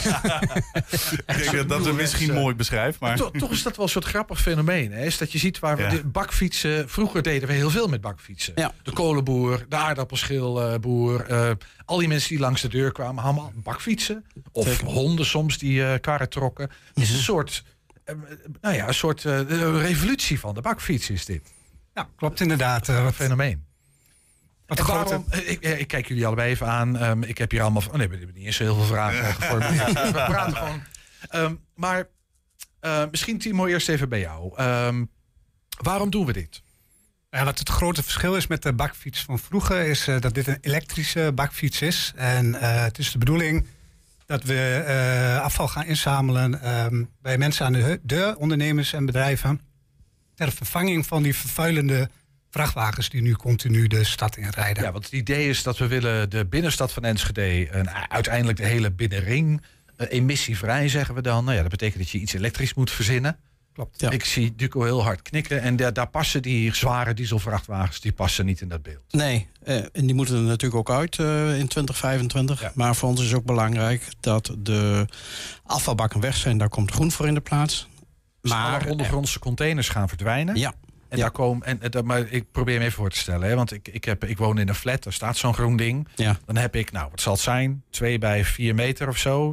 Ik denk dat dat het misschien uh, mooi beschrijft. Maar... To, toch is dat wel een soort grappig fenomeen. Hè? Is dat je ziet waar we ja. de bakfietsen... Vroeger deden we heel veel met bakfietsen. Ja. De kolenboer, de aardappelschilboer. Uh, al die mensen die langs de deur kwamen, allemaal bakfietsen. Of Zeker. honden soms die uh, karren trokken. Het is een soort, uh, nou ja, een soort uh, revolutie van de bakfiets is dit. Ja, klopt inderdaad. Uh, een fenomeen. Wat en waarom, ik, ik kijk jullie allebei even aan. Um, ik heb hier allemaal... Oh nee, we hebben niet eens heel veel vragen ja. geformuleerd. We praten gewoon. Um, maar uh, misschien, Timo, eerst even bij jou. Um, waarom doen we dit? Ja, wat het grote verschil is met de bakfiets van vroeger... is uh, dat dit een elektrische bakfiets is. En uh, het is de bedoeling dat we uh, afval gaan inzamelen... Um, bij mensen aan de deur, ondernemers en bedrijven... ter vervanging van die vervuilende... vrachtwagens die nu continu de stad inrijden. Ja, want het idee is dat we willen de binnenstad van Enschede... en uiteindelijk de hele binnenring uh, emissievrij, zeggen we dan. Nou ja, dat betekent dat je iets elektrisch moet verzinnen. Klopt. Ja. Ik zie Duco heel hard knikken. En da- daar passen die zware dieselvrachtwagens die passen niet in dat beeld. Nee, uh, en die moeten er natuurlijk ook uit uh, in twintig vijfentwintig. Ja. Maar voor ons is ook belangrijk dat de afvalbakken weg zijn. Daar komt groen voor in de plaats. Dus maar alle ondergrondse containers gaan verdwijnen? Ja. En ja. daar komen, en, en, maar ik probeer me even voor te stellen, hè, want ik, ik, heb, ik woon in een flat, daar staat zo'n groen ding. Ja. Dan heb ik, nou, wat zal het zijn? Twee bij vier meter of zo.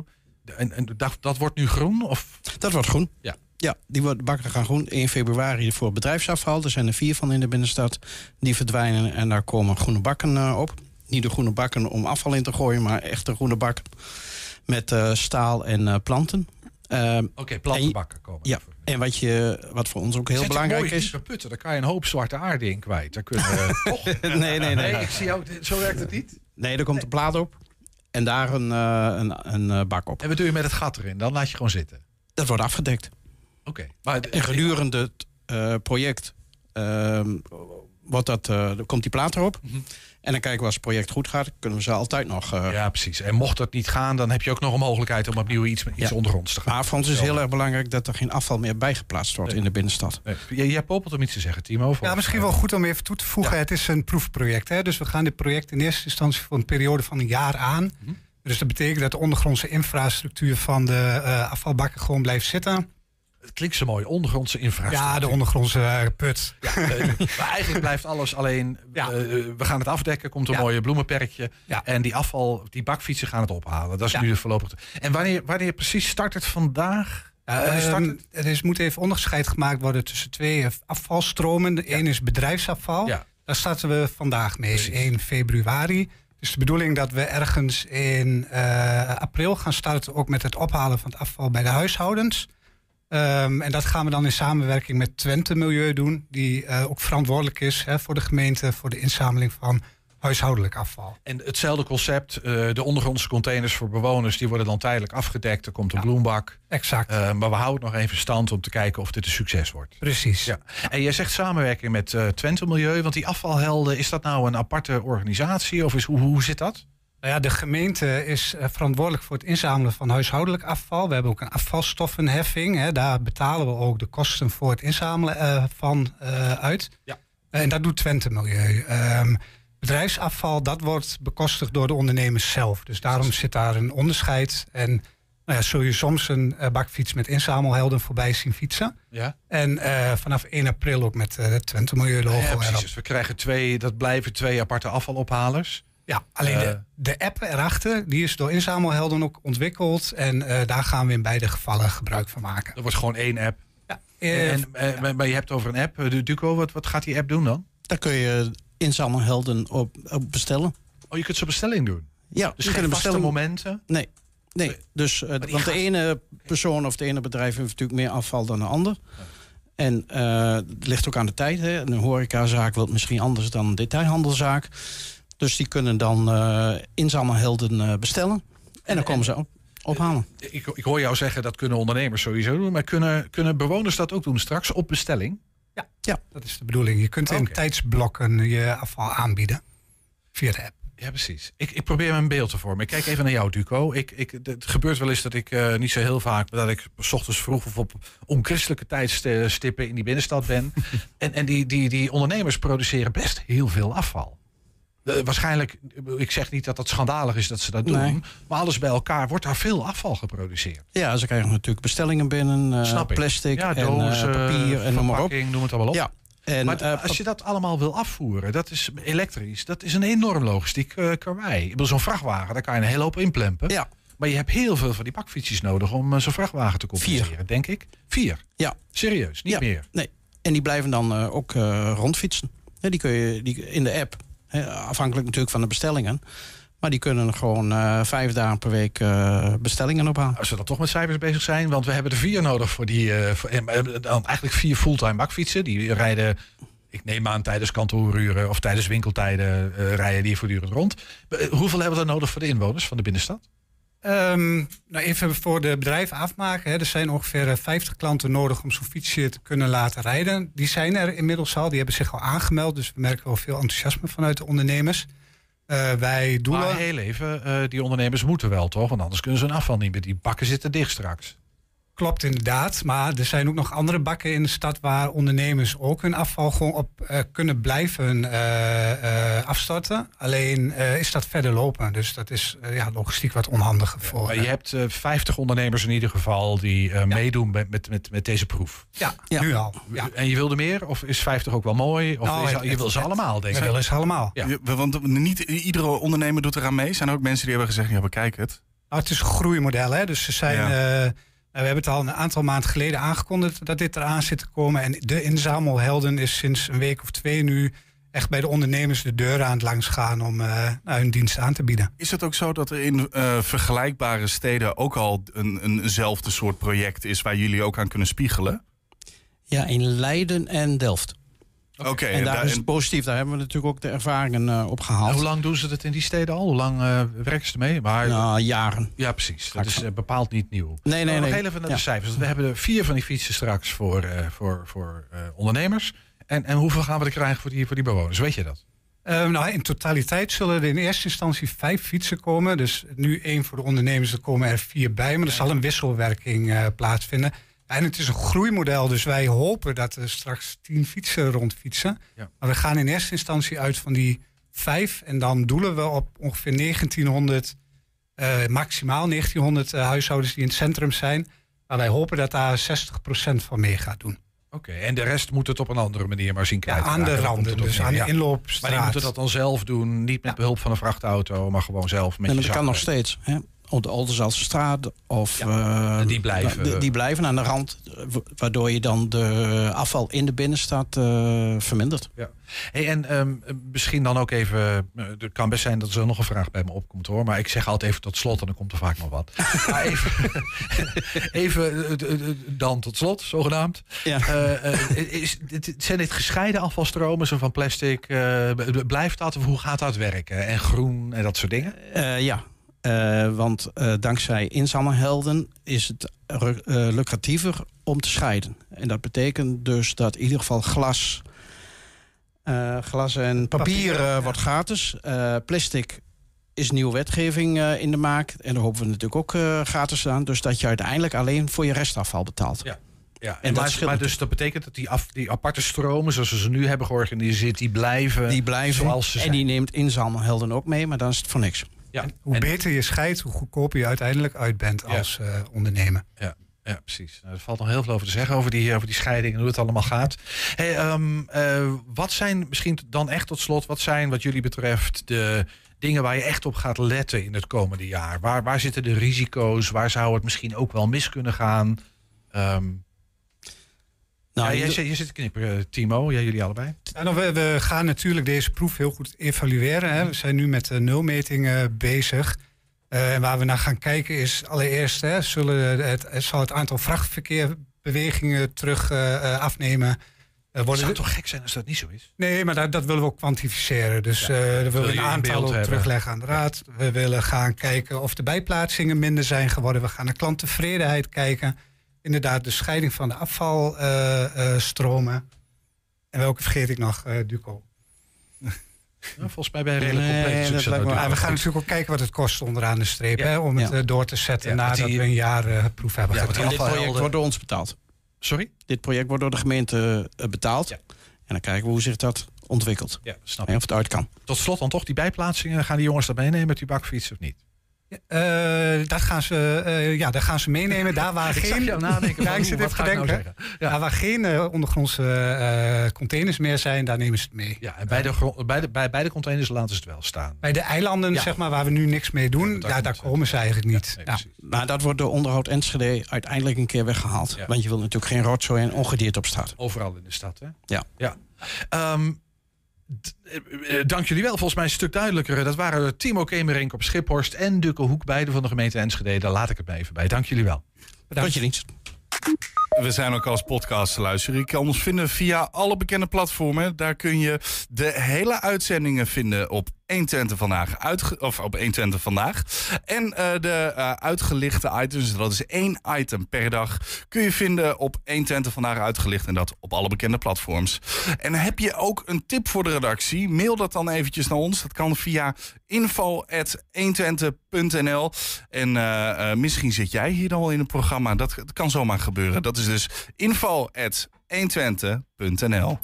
En, en dat, dat wordt nu groen? Of? Dat wordt groen. Ja. Ja, die worden bakken gaan groen. één februari voor bedrijfsafval. Er zijn er vier van in de binnenstad. Die verdwijnen en daar komen groene bakken uh, op. Niet de groene bakken om afval in te gooien, maar echte groene bakken. Met uh, staal en uh, planten. Uh, Oké, okay, plantenbakken komen. Ja, en wat, je, wat voor ons ook heel Zet belangrijk mooie, is... diepe putten, daar kan je een hoop zwarte aarde in kwijt. Daar kunnen we toch... nee, nee, nee, nee. Ik zie jou, zo werkt het niet? Nee, er komt nee. een plaat op. En daar een, uh, een, een uh, bak op. En wat doe je met het gat erin? Dan laat je gewoon zitten? Dat wordt afgedekt. Oké. Okay. En gedurende het uh, project uh, wordt dat, uh, komt die plaat erop. Mm-hmm. En dan kijken we als het project goed gaat, kunnen we ze altijd nog... Uh... Ja, precies. En mocht dat niet gaan, dan heb je ook nog een mogelijkheid om opnieuw iets, iets ja. ondergronds te gaan. Maar voor ons is heel erg belangrijk dat er geen afval meer bijgeplaatst wordt nee. in de binnenstad. Nee. Je, je hebt popelt om iets te zeggen, Timo. Ja, misschien wel goed om even toe te voegen. Ja. Het is een proefproject. Hè? Dus we gaan dit project in eerste instantie voor een periode van een jaar aan. Mm-hmm. Dus dat betekent dat de ondergrondse infrastructuur van de uh, afvalbakken gewoon blijft zitten. Het klinkt zo mooi, ondergrondse infrastructuur. Ja, de ondergrondse uh, put. Ja, maar eigenlijk blijft alles alleen... Ja. Uh, we gaan het afdekken, komt een ja. mooie bloemenperkje. Ja. En die afval, die bakfietsen gaan het ophalen. Dat is ja. nu de voorlopig... En wanneer, wanneer precies start het vandaag? Uh, start het? Er is, moet even onderscheid gemaakt worden tussen twee afvalstromen. De ja. een is bedrijfsafval. Ja. Daar starten we vandaag mee, precies. één februari. Het is de bedoeling dat we ergens in uh, april gaan starten... ook met het ophalen van het afval bij de huishoudens... Um, en dat gaan we dan in samenwerking met Twente Milieu doen... die uh, ook verantwoordelijk is hè, voor de gemeente... voor de inzameling van huishoudelijk afval. En hetzelfde concept, uh, de ondergrondse containers voor bewoners... die worden dan tijdelijk afgedekt, er komt een ja, bloembak. Exact. Uh, maar we houden nog even stand om te kijken of dit een succes wordt. Precies. Ja. En jij zegt samenwerking met uh, Twente Milieu... want die afvalhelden, is dat nou een aparte organisatie? Of is, hoe, hoe zit dat? Nou ja, de gemeente is uh, verantwoordelijk voor het inzamelen van huishoudelijk afval. We hebben ook een afvalstoffenheffing. Hè. Daar betalen we ook de kosten voor het inzamelen uh, van uh, uit. Ja. Uh, en dat doet Twente Milieu. Um, bedrijfsafval, dat wordt bekostigd door de ondernemers zelf. Dus daarom zit daar een onderscheid. En nou ja, zul je soms een uh, bakfiets met inzamelhelden voorbij zien fietsen. Ja. En uh, vanaf één april ook met uh, het Twente Milieu logo. Ja, precies. Dus we krijgen twee, dat blijven twee aparte afvalophalers. Ja, alleen uh, de, de app erachter, die is door inzamelhelden ook ontwikkeld. En uh, daar gaan we in beide gevallen gebruik van maken. Er wordt gewoon één app. Ja. Uh, en, uh, ja. Maar je hebt over een app. Uh, Duco, wat, wat gaat die app doen dan? Daar kun je inzamelhelden op, op bestellen. Oh, je kunt ze bestelling doen? Ja. Dus geen vaste momenten? Nee. Nee, nee. Dus, uh, want gaat... de ene persoon of de ene bedrijf heeft natuurlijk meer afval dan de ander. Ja. En uh, het ligt ook aan de tijd. Hè. Een horecazaak wil het misschien anders dan een detailhandelzaak. Dus die kunnen dan uh, inzamelhelden uh, bestellen. En dan komen ze op, ophalen. Ik, ik hoor jou zeggen dat kunnen ondernemers sowieso doen. Maar kunnen, kunnen bewoners dat ook doen straks op bestelling? Ja, ja, dat is de bedoeling. Je kunt in okay. tijdsblokken je afval aanbieden via de app. Ja, precies. Ik, ik probeer me een beeld te vormen. Ik kijk even naar jou, Duco. Ik, ik, het gebeurt wel eens dat ik uh, niet zo heel vaak... dat ik 's ochtends vroeg of op onchristelijke tijdstippen in die binnenstad ben. en en die, die, die ondernemers produceren best heel veel afval. Uh, waarschijnlijk, ik zeg niet dat het schandalig is dat ze dat doen... Nee. maar alles bij elkaar wordt daar veel afval geproduceerd. Ja, ze krijgen natuurlijk bestellingen binnen, uh, Snap ik. plastic ja, en dozen, uh, papier en noem maar op. Noem het allemaal op. Ja. En, maar uh, als je dat allemaal wil afvoeren, dat is elektrisch... dat is een enorm logistiek uh, karwei. Ik bedoel, zo'n vrachtwagen, daar kan je een hele hoop inplempen. Ja. Maar je hebt heel veel van die bakfietsjes nodig om uh, zo'n vrachtwagen te compenseren, Vier. denk ik. Vier? Ja. Serieus, niet ja. meer? Nee. En die blijven dan uh, ook uh, rondfietsen. Ja, die kun je die, in de app... He, afhankelijk natuurlijk van de bestellingen. Maar die kunnen gewoon uh, vijf dagen per week uh, bestellingen ophalen. Als we dan toch met cijfers bezig zijn. Want we hebben er vier nodig voor die... Uh, voor, uh, dan eigenlijk vier fulltime bakfietsen. Die rijden, ik neem aan, tijdens kantooruren... of tijdens winkeltijden uh, rijden die voortdurend rond. Uh, hoeveel hebben we dan nodig voor de inwoners van de binnenstad? Um, nou even voor de bedrijven afmaken. Hè. Er zijn ongeveer vijftig klanten nodig om zo'n fietsje te kunnen laten rijden. Die zijn er inmiddels al, die hebben zich al aangemeld. Dus we merken wel veel enthousiasme vanuit de ondernemers. Uh, wij doelen... Maar heel even, uh, die ondernemers moeten wel toch? Want anders kunnen ze hun afval niet meer. Die bakken zitten dicht straks. Klopt inderdaad, maar er zijn ook nog andere bakken in de stad... waar ondernemers ook hun afval gewoon op uh, kunnen blijven uh, uh, afstorten. Alleen uh, is dat verder lopen, dus dat is uh, ja, logistiek wat onhandiger ja, voor. Maar je hebt uh, vijftig ondernemers in ieder geval die uh, ja. meedoen met, met, met, met deze proef. Ja, ja. nu al. Ja. En je wilde meer? Of is vijftig ook wel mooi? Of nou, is, het, je wil ze het, allemaal, denk ik. We willen ze allemaal. Ja. Ja, want niet iedere ondernemer doet eraan mee. Zijn er ook mensen die hebben gezegd, ja, bekijk het. Nou, het is een groeimodel, hè. Dus ze zijn... Ja. Uh, we hebben het al een aantal maanden geleden aangekondigd dat dit eraan zit te komen. En de inzamelhelden is sinds een week of twee nu echt bij de ondernemers de deuren aan het langs gaan om uh, nou, hun dienst aan te bieden. Is het ook zo dat er in uh, vergelijkbare steden ook al een, eenzelfde soort project is waar jullie ook aan kunnen spiegelen? Ja, in Leiden en Delft. Oké. Okay, en daar en is het positief. Daar hebben we natuurlijk ook de ervaringen uh, op gehaald. En hoe lang doen ze dat in die steden al? Hoe lang uh, werken ze ermee? Maar, nou, jaren. Ja, precies. Dat is uh, bepaald niet nieuw. Nee, nee, nog nee. heel even naar ja. de cijfers. We hebben er vier van die fietsen straks voor, uh, voor, voor uh, ondernemers. En, en hoeveel gaan we er krijgen voor die, voor die bewoners? Weet je dat? Uh, nou, in totaliteit zullen er in eerste instantie vijf fietsen komen. Dus nu één voor de ondernemers, er komen er vier bij. Maar er zal een wisselwerking uh, plaatsvinden. En het is een groeimodel, dus wij hopen dat er straks tien fietsen rondfietsen. Ja. Maar we gaan in eerste instantie uit van die vijf. En dan doelen we op ongeveer negentienhonderd, uh, maximaal negentienhonderd uh, huishoudens die in het centrum zijn. Maar wij hopen dat daar zestig procent van mee gaat doen. Oké, okay, en de rest moet het op een andere manier maar zien kwijt. Ja, aan de randen, dus aan de ja. inloopstraat. Maar die moeten dat dan zelf doen, niet met behulp van een vrachtauto, maar gewoon zelf met en je dat kan nog steeds, hè? Op de Oldenzaatse straat of ja, uh, die, blijven. Die, die blijven aan de rand, waardoor je dan de afval in de binnenstad uh, vermindert. Ja. Hey, en um, misschien dan ook even, uh, het kan best zijn dat er nog een vraag bij me opkomt hoor, maar ik zeg altijd even tot slot en dan komt er vaak nog wat. Maar even, even uh, uh, dan tot slot, zogenaamd. Ja. Uh, uh, is, zijn dit gescheiden afvalstromen, zo van plastic? Uh, blijft dat of hoe gaat dat werken? En groen en dat soort dingen? Uh, ja. Uh, want uh, dankzij inzamelhelden is het uh, lucratiever om te scheiden. En dat betekent dus dat in ieder geval glas, uh, glas en papier, papier uh, wordt ja. gratis. Uh, plastic is nieuwe wetgeving uh, in de maak. En daar hopen we natuurlijk ook uh, gratis aan. Dus dat je uiteindelijk alleen voor je restafval betaalt. Ja. Ja, en en maar, maar dus dat betekent dat die, af, die aparte stromen, zoals we ze nu hebben georganiseerd, die blijven, die blijven zoals ze zijn. En die neemt inzamelhelden ook mee, maar dan is het voor niks. Ja. Hoe en, beter je scheidt, hoe goedkoper je uiteindelijk uit bent ja. als uh, ondernemer. Ja, ja precies. Nou, er valt nog heel veel over te zeggen over die, over die scheiding en hoe het allemaal gaat. Hey, um, uh, wat zijn misschien dan echt tot slot, wat zijn wat jullie betreft de dingen waar je echt op gaat letten in het komende jaar? Waar, waar zitten de risico's? Waar zou het misschien ook wel mis kunnen gaan? Um, Nou, ja, jij, je zit te knippen, Timo. Ja, jullie allebei. Ja, nou, we, we gaan natuurlijk deze proef heel goed evalueren. Hè. We zijn nu met de nulmetingen uh, bezig. Uh, en waar we naar gaan kijken is allereerst... Hè, zullen het, het, zal het aantal vrachtverkeerbewegingen terug uh, afnemen. Uh, worden het zou we... toch gek zijn als dat niet zo is? Nee, maar dat, dat willen we ook kwantificeren. Dus ja, uh, we willen we een aantal ook terugleggen aan de raad. We willen gaan kijken of de bijplaatsingen minder zijn geworden. We gaan naar klanttevredenheid kijken... Inderdaad, de scheiding van de afvalstromen. Uh, uh, en welke vergeet ik nog, uh, Duco? Nou, volgens mij ben je redelijk compleet. Nee, dat me, we gaan natuurlijk ook kijken wat het kost onderaan de streep. Ja. Hè, om ja. het uh, door te zetten ja, nadat die, we een jaar uh, proef hebben ja, gedaan. Dit project wordt door ons betaald. Sorry? Dit project wordt door de gemeente uh, betaald. Ja. En dan kijken we hoe zich dat ontwikkelt. Ja, snap en of het uit kan. Tot slot dan toch die bijplaatsingen. Gaan die jongens dat meenemen met die bakfiets of niet? Uh, dat gaan ze, uh, ja, daar gaan ze meenemen. Daar waar ik geen, jou nadenken van, ja, ik zit even te denken. Nou ja. Daar waar geen uh, ondergrondse uh, containers meer zijn, daar nemen ze het mee. Ja, en bij de, gro- bij de, bij, bij de containers laten ze het wel staan. Bij de eilanden, ja. zeg maar, waar we nu niks mee doen, ja, daar, daar komen ze eigenlijk niet. Ja, nee, ja. Maar dat wordt door onderhoud Enschede uiteindelijk een keer weggehaald. Ja. Want je wilt natuurlijk geen rotzooi en ongedierte op straat. Overal in de stad, hè? Ja. ja. Um, D- dank jullie wel. Volgens mij een stuk duidelijker. Dat waren Timo Kemerink op Schiphorst en Duco Hoek, beide van de gemeente Enschede. Daar laat ik het maar even bij. Dank jullie wel. Bedankt je dienst. We zijn ook als podcast te luisteren. Je kan ons vinden via alle bekende platformen. Daar kun je de hele uitzendingen vinden op honderdtwintig vandaag. Uitge- of op honderdtwintig vandaag. En uh, de uh, uitgelichte items, dat is één item per dag, kun je vinden op honderdtwintig vandaag uitgelicht. En dat op alle bekende platforms. En heb je ook een tip voor de redactie? Mail dat dan eventjes naar ons. Dat kan via info at honderdtwintig punt n l. En uh, uh, misschien zit jij hier dan wel in het programma. Dat, dat kan zomaar gebeuren. Dat is dus info at honderdtwintig punt n l.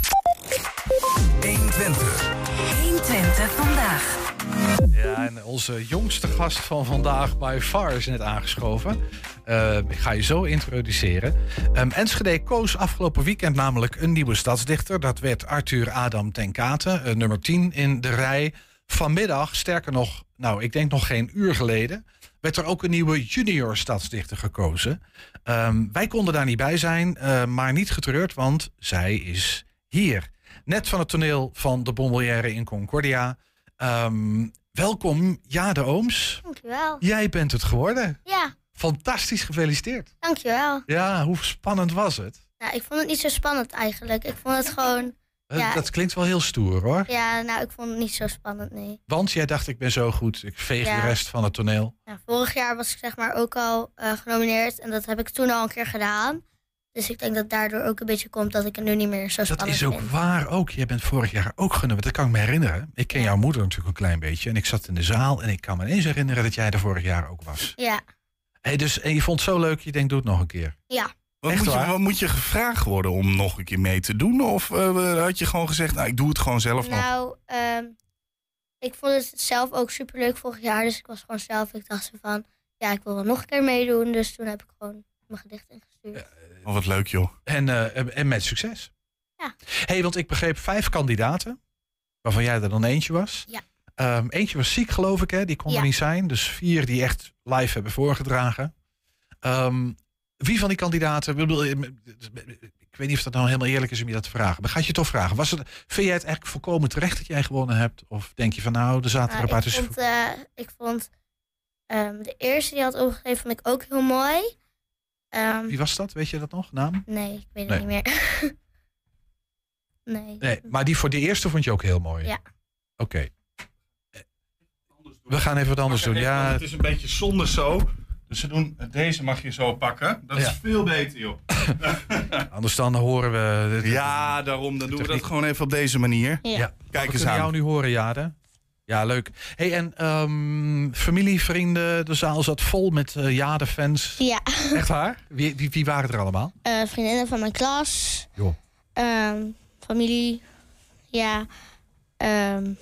honderdtwintig. honderdtwintig vandaag. Ja, en onze jongste gast van vandaag by far is net aangeschoven. Uh, ik ga je zo introduceren. Um, Enschede koos afgelopen weekend namelijk een nieuwe stadsdichter. Dat werd Arthur Adam ten Kate, uh, nummer tien in de rij Vanmiddag, sterker nog, nou, ik denk nog geen uur geleden, werd er ook een nieuwe junior stadsdichter gekozen. Um, wij konden daar niet bij zijn, uh, maar niet getreurd, want zij is hier. Net van het toneel van de Bonbonnière in Concordia. Um, welkom, Jade Ooms. Dankjewel. Jij bent het geworden. Ja. Fantastisch, gefeliciteerd. Dankjewel. Ja, hoe spannend was het? Nou, ik vond het niet zo spannend eigenlijk. Ik vond het gewoon... Uh, ja, dat klinkt wel heel stoer, hoor. Ja, nou, ik vond het niet zo spannend, nee. Want jij dacht, ik ben zo goed, ik veeg Ja. de rest van het toneel. Ja, vorig jaar was ik zeg maar ook al uh, genomineerd en dat heb ik toen al een keer gedaan. Dus ik denk dat daardoor ook een beetje komt dat ik het nu niet meer zo Dat spannend is ook vind. waar ook. Jij bent vorig jaar ook genomen. Dat kan ik me herinneren. Ik ken jouw moeder natuurlijk een klein beetje. En ik zat in de zaal en ik kan me ineens herinneren dat jij er vorig jaar ook was. Ja. Hey, dus, en je vond het zo leuk, je denkt, doe het nog een keer. Ja. Wat Echt moet, je, waar? wat moet je gevraagd worden om nog een keer mee te doen? Of uh, had je gewoon gezegd, nou, ik doe het gewoon zelf nog? Nou, um, ik vond het zelf ook superleuk vorig jaar. Dus ik was gewoon zelf, ik dacht zo van, ja, ik wil wel nog een keer meedoen. Dus toen heb ik gewoon mijn gedicht ingestuurd. Oh, wat leuk, joh. En, uh, en met succes. Ja. Hey, want ik begreep vijf kandidaten, waarvan jij er dan eentje was. Ja. Um, eentje was ziek, geloof ik, hè? Die kon Ja. er niet zijn. Dus vier die echt live hebben voorgedragen. Um, wie van die kandidaten... Ik bedoel, ik weet niet of dat nou helemaal eerlijk is om je dat te vragen. Maar ga ik je toch vragen. Was het, vind jij het eigenlijk volkomen terecht dat jij gewonnen hebt? Of denk je van nou, er zaten er een Nou, paar ik tussen... vond, uh, ik vond um, de eerste die had opgegeven, vond ik ook heel mooi. Um, Wie was dat? Weet je dat nog? Naam? Nee, ik weet Nee. het niet meer. nee. Nee, maar die voor die eerste vond je ook heel mooi? Ja. Oké. Okay. We gaan even wat anders doen. Ja, Het is een beetje zonde zo. Dus ze doen, deze mag je zo pakken. Dat Ja. is veel beter, joh. anders dan horen we... Ja, daarom. Dan doen we dat techniek. gewoon even op deze manier. Ja. Ja. Kijk we eens kunnen aan. jou nu horen, Jade. Ja, leuk. Hey, en um, familie, vrienden, de zaal zat vol met uh, Jade-fans. Ja. Echt waar? Wie, wie, wie waren er allemaal? Uh, vriendinnen van mijn klas. Joh. Um, familie. Ja. Um,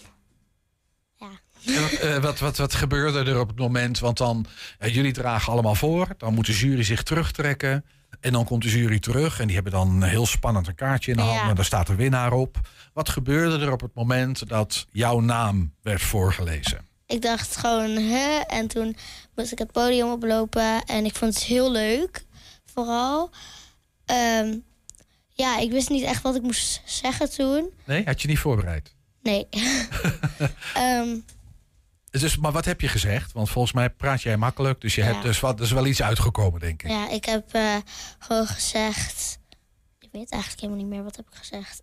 En wat, uh, wat, wat, wat gebeurde er op het moment? Want dan, uh, jullie dragen allemaal voor. Dan moet de jury zich terugtrekken. En dan komt de jury terug. En die hebben dan heel spannend een kaartje in de hand. Ja. En daar staat de winnaar op. Wat gebeurde er op het moment dat jouw naam werd voorgelezen? Ik dacht gewoon, hè? En toen moest ik het podium oplopen. En ik vond het heel leuk. Vooral. Um, ja, ik wist niet echt wat ik moest zeggen toen. Nee, had je niet voorbereid? Nee. um, Dus, maar wat heb je gezegd? Want volgens mij praat jij makkelijk. Dus je Ja. hebt dus wat, er is wel iets uitgekomen, denk ik. ja, ik heb uh, gewoon gezegd... Ik weet eigenlijk helemaal niet meer wat heb ik gezegd.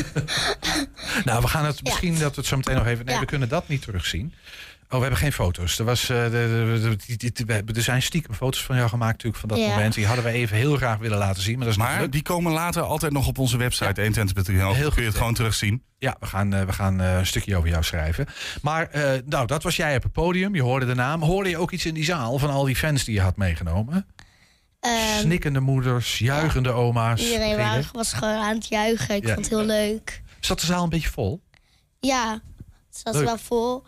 Nou, we gaan het Ja. misschien dat we het zo meteen nog even... Nee, Ja. we kunnen dat niet terugzien. Oh, we hebben geen foto's. Er, was, uh, de, de, de, die- die- die- we hebben- er zijn stiekem foto's van jou gemaakt natuurlijk van dat Ja. moment. Die hadden we even heel graag willen laten zien. Maar dat is niet Maar gelukt. die komen later altijd nog op onze website. Ja. honderdtwintig punt n l. Heel Kun goed, je het hè? gewoon terugzien. Ja, we gaan, uh, we gaan uh, een stukje over jou schrijven. Maar uh, nou, dat was jij op het podium. Je hoorde de naam. Hoorde je ook iets in die zaal van al die fans die je had meegenomen? Um, Snikkende moeders, juichende oma's. Iedereen Geen idee? was, was gewoon aan het juichen. Ik Ja. vond het heel leuk. Zat de zaal een beetje vol? Ja, het zat Leuk. wel vol.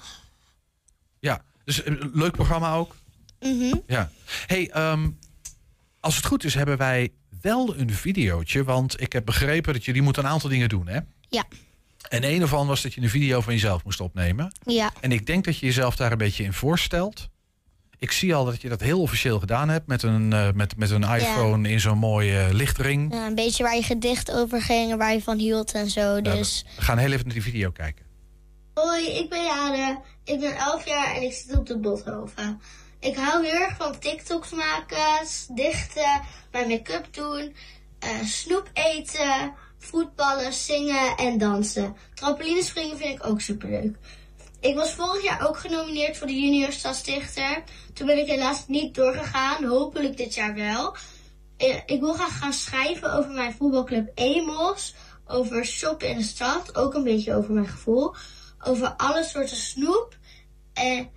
Ja, dus uh, leuk programma ook. Mhm. Ja. Hey, um, als het goed is hebben wij wel een videootje. Want ik heb begrepen dat jullie moeten een aantal dingen doen, hè? Ja. En een ervan was dat je een video van jezelf moest opnemen. Ja. En ik denk dat je jezelf daar een beetje in voorstelt. Ik zie al dat je dat heel officieel gedaan hebt. Met een, uh, met, met een iPhone in zo'n mooie uh, lichtring. Ja, een beetje waar je gedicht over ging en waar je van hield en zo. Dus. Ja, we gaan heel even naar die video kijken. Hoi, ik ben Jade. Ik ben elf jaar en ik zit op de Bothoven. Ik hou heel erg van TikToks maken, dichten, mijn make-up doen, uh, snoep eten, voetballen, zingen en dansen. Trampolinespringen vind ik ook superleuk. Ik was vorig jaar ook genomineerd voor de Junior Stadsdichter. Toen ben ik helaas niet doorgegaan, hopelijk dit jaar wel. Ik wil graag gaan schrijven over mijn voetbalclub Emos, over shoppen in de stad, ook een beetje over mijn gevoel. Over alle soorten snoep. En,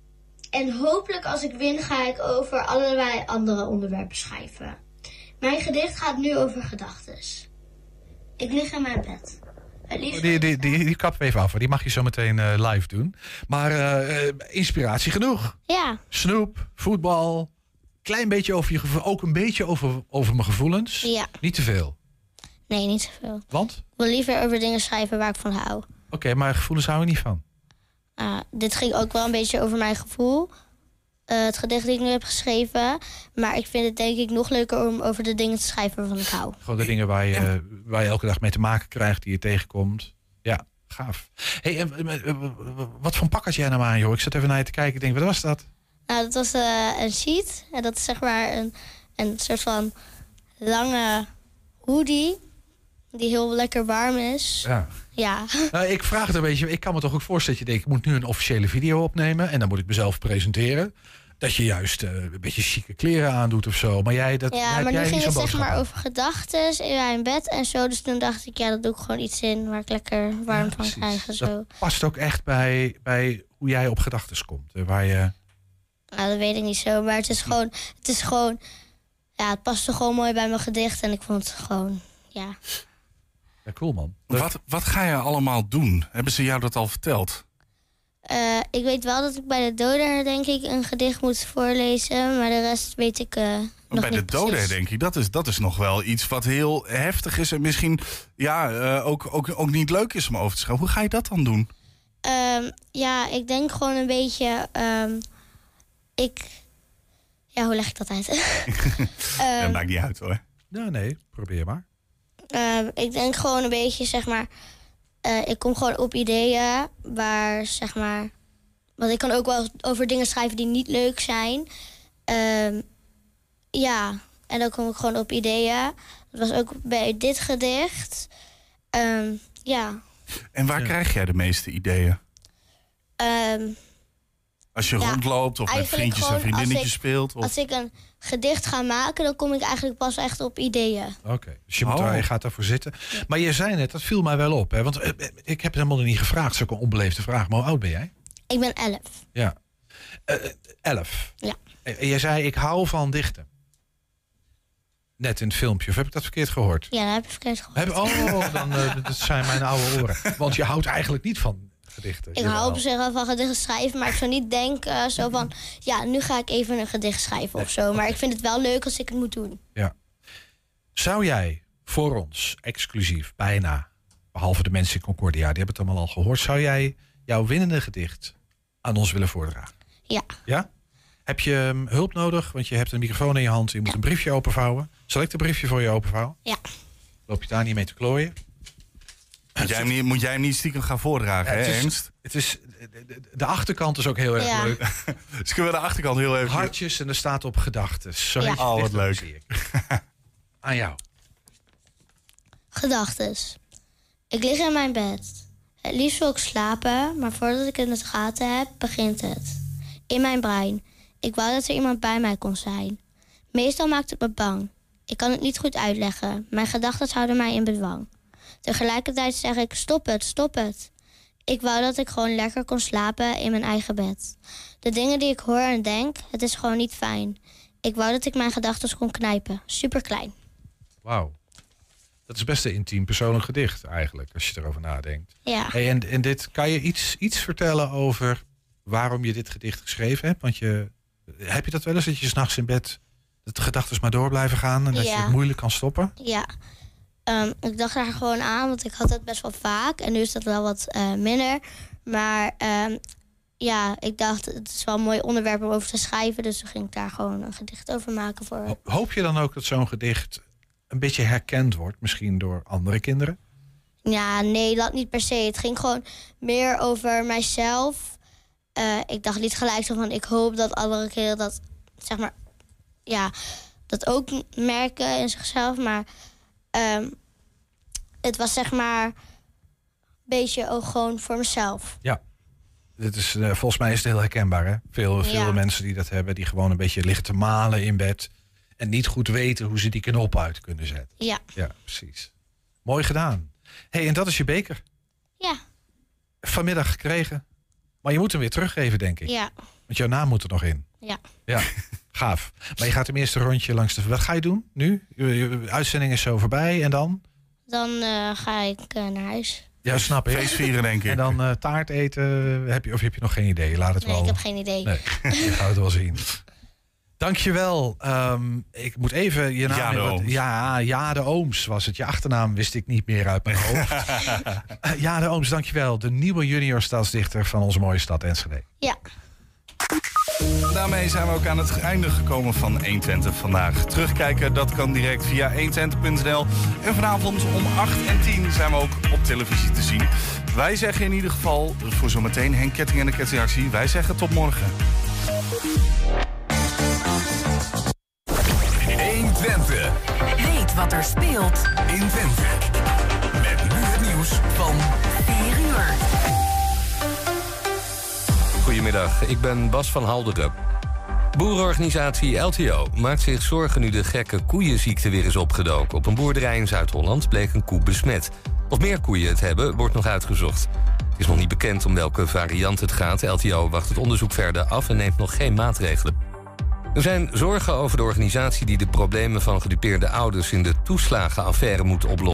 en hopelijk als ik win ga ik over allerlei andere onderwerpen schrijven. Mijn gedicht gaat nu over gedachtes. Ik lig in mijn bed. Het liefst... Die, die, die, die kappen we even af. Die mag je zo meteen uh, live doen. Maar uh, uh, inspiratie genoeg. Ja. Snoep, voetbal. Klein beetje over je gevoel. Ook een beetje over, over mijn gevoelens. Ja. Niet te veel. Nee, niet zoveel. Want? Ik wil liever over dingen schrijven waar ik van hou. Oké, okay, maar gevoelens hou je niet van? Uh, dit ging ook wel een beetje over mijn gevoel. Uh, het gedicht dat ik nu heb geschreven. Maar ik vind het denk ik nog leuker om over de dingen te schrijven waarvan ik hou. Gewoon de dingen waar je, waar je elke dag mee te maken krijgt, die je tegenkomt. Ja, gaaf. Hey, en, wat voor pak had jij nou aan, joh? Ik zat even naar je te kijken. Ik denk, wat was dat? Nou, dat was uh, een sheet. En dat is zeg maar een, een soort van lange hoodie. Die heel lekker warm is. Ja. Ja. Nou, ik vraag het een beetje. Ik kan me toch ook voorstellen dat je denkt, ik moet nu een officiële video opnemen. En dan moet ik mezelf presenteren. Dat je juist uh, een beetje chique kleren aandoet of zo. Maar jij, dat ja, maar jij nu ging niet het zeg maar aan. over gedachten in bed en zo. Dus toen dacht ik, ja, dat doe ik gewoon iets in waar ik lekker warm Ja, van krijg. dat Zo. past ook echt bij, bij hoe jij op gedachten komt. Hè, waar je... Nou, dat weet ik niet zo. Maar het is gewoon, het is gewoon, ja, het paste gewoon mooi bij mijn gedicht. En ik vond het gewoon, ja. Ja, cool man. Wat, wat ga je allemaal doen? Hebben ze jou dat al verteld? Uh, ik weet wel dat ik bij de doden denk ik een gedicht moet voorlezen. Maar de rest weet ik uh, nog bij niet de doden denk ik, dat is, dat is nog wel iets wat heel heftig is. En misschien ja, uh, ook, ook, ook niet leuk is om over te schrijven. Hoe ga je dat dan doen? Um, ja, ik denk gewoon een beetje... Um, ik... Ja, hoe leg ik dat uit? um, dat maakt niet uit hoor. Ja, nee, probeer maar. Uh, ik denk gewoon een beetje, zeg maar... Uh, ik kom gewoon op ideeën waar, zeg maar... Want ik kan ook wel over dingen schrijven die niet leuk zijn. Um, ja, en dan kom ik gewoon op ideeën. Dat was ook bij dit gedicht. Um, ja. En waar ja. krijg jij de meeste ideeën? Um, als je ja, rondloopt of met vriendjes en vriendinnetjes ik, speelt? Of... Als ik een gedicht ga maken, dan kom ik eigenlijk pas echt op ideeën. Oké, okay. Dus je, moet oh. daar, je gaat daarvoor zitten. Ja. Maar je zei net, dat viel mij wel op. Hè? Want uh, ik heb het helemaal niet gevraagd. Dat is ook een onbeleefde vraag. Maar hoe oud ben jij? Ik ben elf. Ja. Uh, elf? Ja. En je zei, ik hou van dichten. Net in het filmpje. Of heb ik dat verkeerd gehoord? Ja, dat heb ik verkeerd gehoord. Heb, oh, dan, uh, dat zijn mijn oude oren. Want je houdt eigenlijk niet van gedichten. Ik hou op zich wel van gedichten schrijven, maar ik zou niet denken uh, zo van... ja, nu ga ik even een gedicht schrijven of zo. Maar ik vind het wel leuk als ik het moet doen. Ja. Zou jij voor ons, exclusief, bijna... behalve de mensen in Concordia, die hebben het allemaal al gehoord... zou jij jouw winnende gedicht aan ons willen voordragen? Ja. Ja? Heb je um, hulp nodig? Want je hebt een microfoon in je hand. Je moet ja. een briefje openvouwen. Zal ik het briefje voor je openvouwen? Ja. Loop je daar niet mee te klooien? Moet jij, niet, moet jij hem niet stiekem gaan voordragen, ja, hè, het is, Ernst? Het is, de, de achterkant is ook heel erg ja. leuk. Dus kunnen we de achterkant heel even... Hartjes en er staat op gedachten. Zo ja. Oh, wat leuk. Zie ik. Aan jou. Gedachtes. Ik lig in mijn bed. Het liefst wil ik slapen, maar voordat ik het in de gaten heb, begint het. In mijn brein. Ik wou dat er iemand bij mij kon zijn. Meestal maakt het me bang. Ik kan het niet goed uitleggen. Mijn gedachten houden mij in bedwang. Tegelijkertijd zeg ik, stop het, stop het. Ik wou dat ik gewoon lekker kon slapen in mijn eigen bed. De dingen die ik hoor en denk, het is gewoon niet fijn. Ik wou dat ik mijn gedachten kon knijpen. Super klein. Wauw. Dat is best een intiem persoonlijk gedicht eigenlijk, als je erover nadenkt. Ja. Hey, en, en dit, kan je iets, iets vertellen over waarom je dit gedicht geschreven hebt? Want je, heb je dat wel eens, dat je 's nachts in bed... dat de gedachten maar door blijven gaan en dat ja. je het moeilijk kan stoppen? Ja. Um, ik dacht daar gewoon aan, want ik had het best wel vaak. En nu is dat wel wat uh, minder. Maar um, ja, ik dacht, het is wel een mooi onderwerp om over te schrijven. Dus toen ging ik daar gewoon een gedicht over maken. Voor... Hoop je dan ook dat zo'n gedicht een beetje herkend wordt, misschien door andere kinderen? Ja, nee, dat niet per se. Het ging gewoon meer over mijzelf. Uh, ik dacht niet gelijk zo van, ik hoop dat andere kinderen dat, zeg maar, ja, dat ook merken in zichzelf. Maar um, het was zeg maar een beetje ook gewoon voor mezelf. Ja. Dit is, uh, volgens mij is het heel herkenbaar, hè? Veel, veel ja. mensen die dat hebben, die gewoon een beetje liggen te malen in bed en niet goed weten hoe ze die knop uit kunnen zetten. Ja. Ja, precies. Mooi gedaan. Hey, en dat is je beker. Ja. Vanmiddag gekregen. Maar je moet hem weer teruggeven, denk ik. Ja. Want jouw naam moet er nog in. Ja. Ja, gaaf. Maar je gaat hem eerst een rondje langs de... Wat ga je doen nu? De uitzending is zo voorbij en dan? Dan uh, ga ik uh, naar huis. Ja, snap ik. Feest vieren, denk ik. En dan uh, taart eten. Heb je, of heb je nog geen idee? Laat het nee, wel. ik heb geen idee. Nee, je gaat het wel zien. Dankjewel. Um, ik moet even je naam... Ja, de Ooms. Ja, ja, de Ooms was het. Je achternaam wist ik niet meer uit mijn hoofd. uh, ja, de Ooms, dankjewel. De nieuwe junior stadsdichter van onze mooie stad Enschede. Ja. Daarmee zijn we ook aan het einde gekomen van honderdtwintig vandaag. Terugkijken, dat kan direct via honderdtwintig punt n l. En vanavond om acht en tien zijn we ook op televisie te zien. Wij zeggen in ieder geval, voor zometeen Henk Ketting en de Kettingactie, wij zeggen tot morgen. honderdtwintig. Weet wat er speelt in Twente. Met nu het nieuws van vier uur. Goedemiddag, ik ben Bas van Halderen. Boerenorganisatie L T O maakt zich zorgen nu de gekke koeienziekte weer is opgedoken. Op een boerderij in Zuid-Holland bleek een koe besmet. Of meer koeien het hebben, wordt nog uitgezocht. Het is nog niet bekend om welke variant het gaat. L T O wacht het onderzoek verder af en neemt nog geen maatregelen. Er zijn zorgen over de organisatie die de problemen van gedupeerde ouders in de toeslagenaffaire moet oplossen.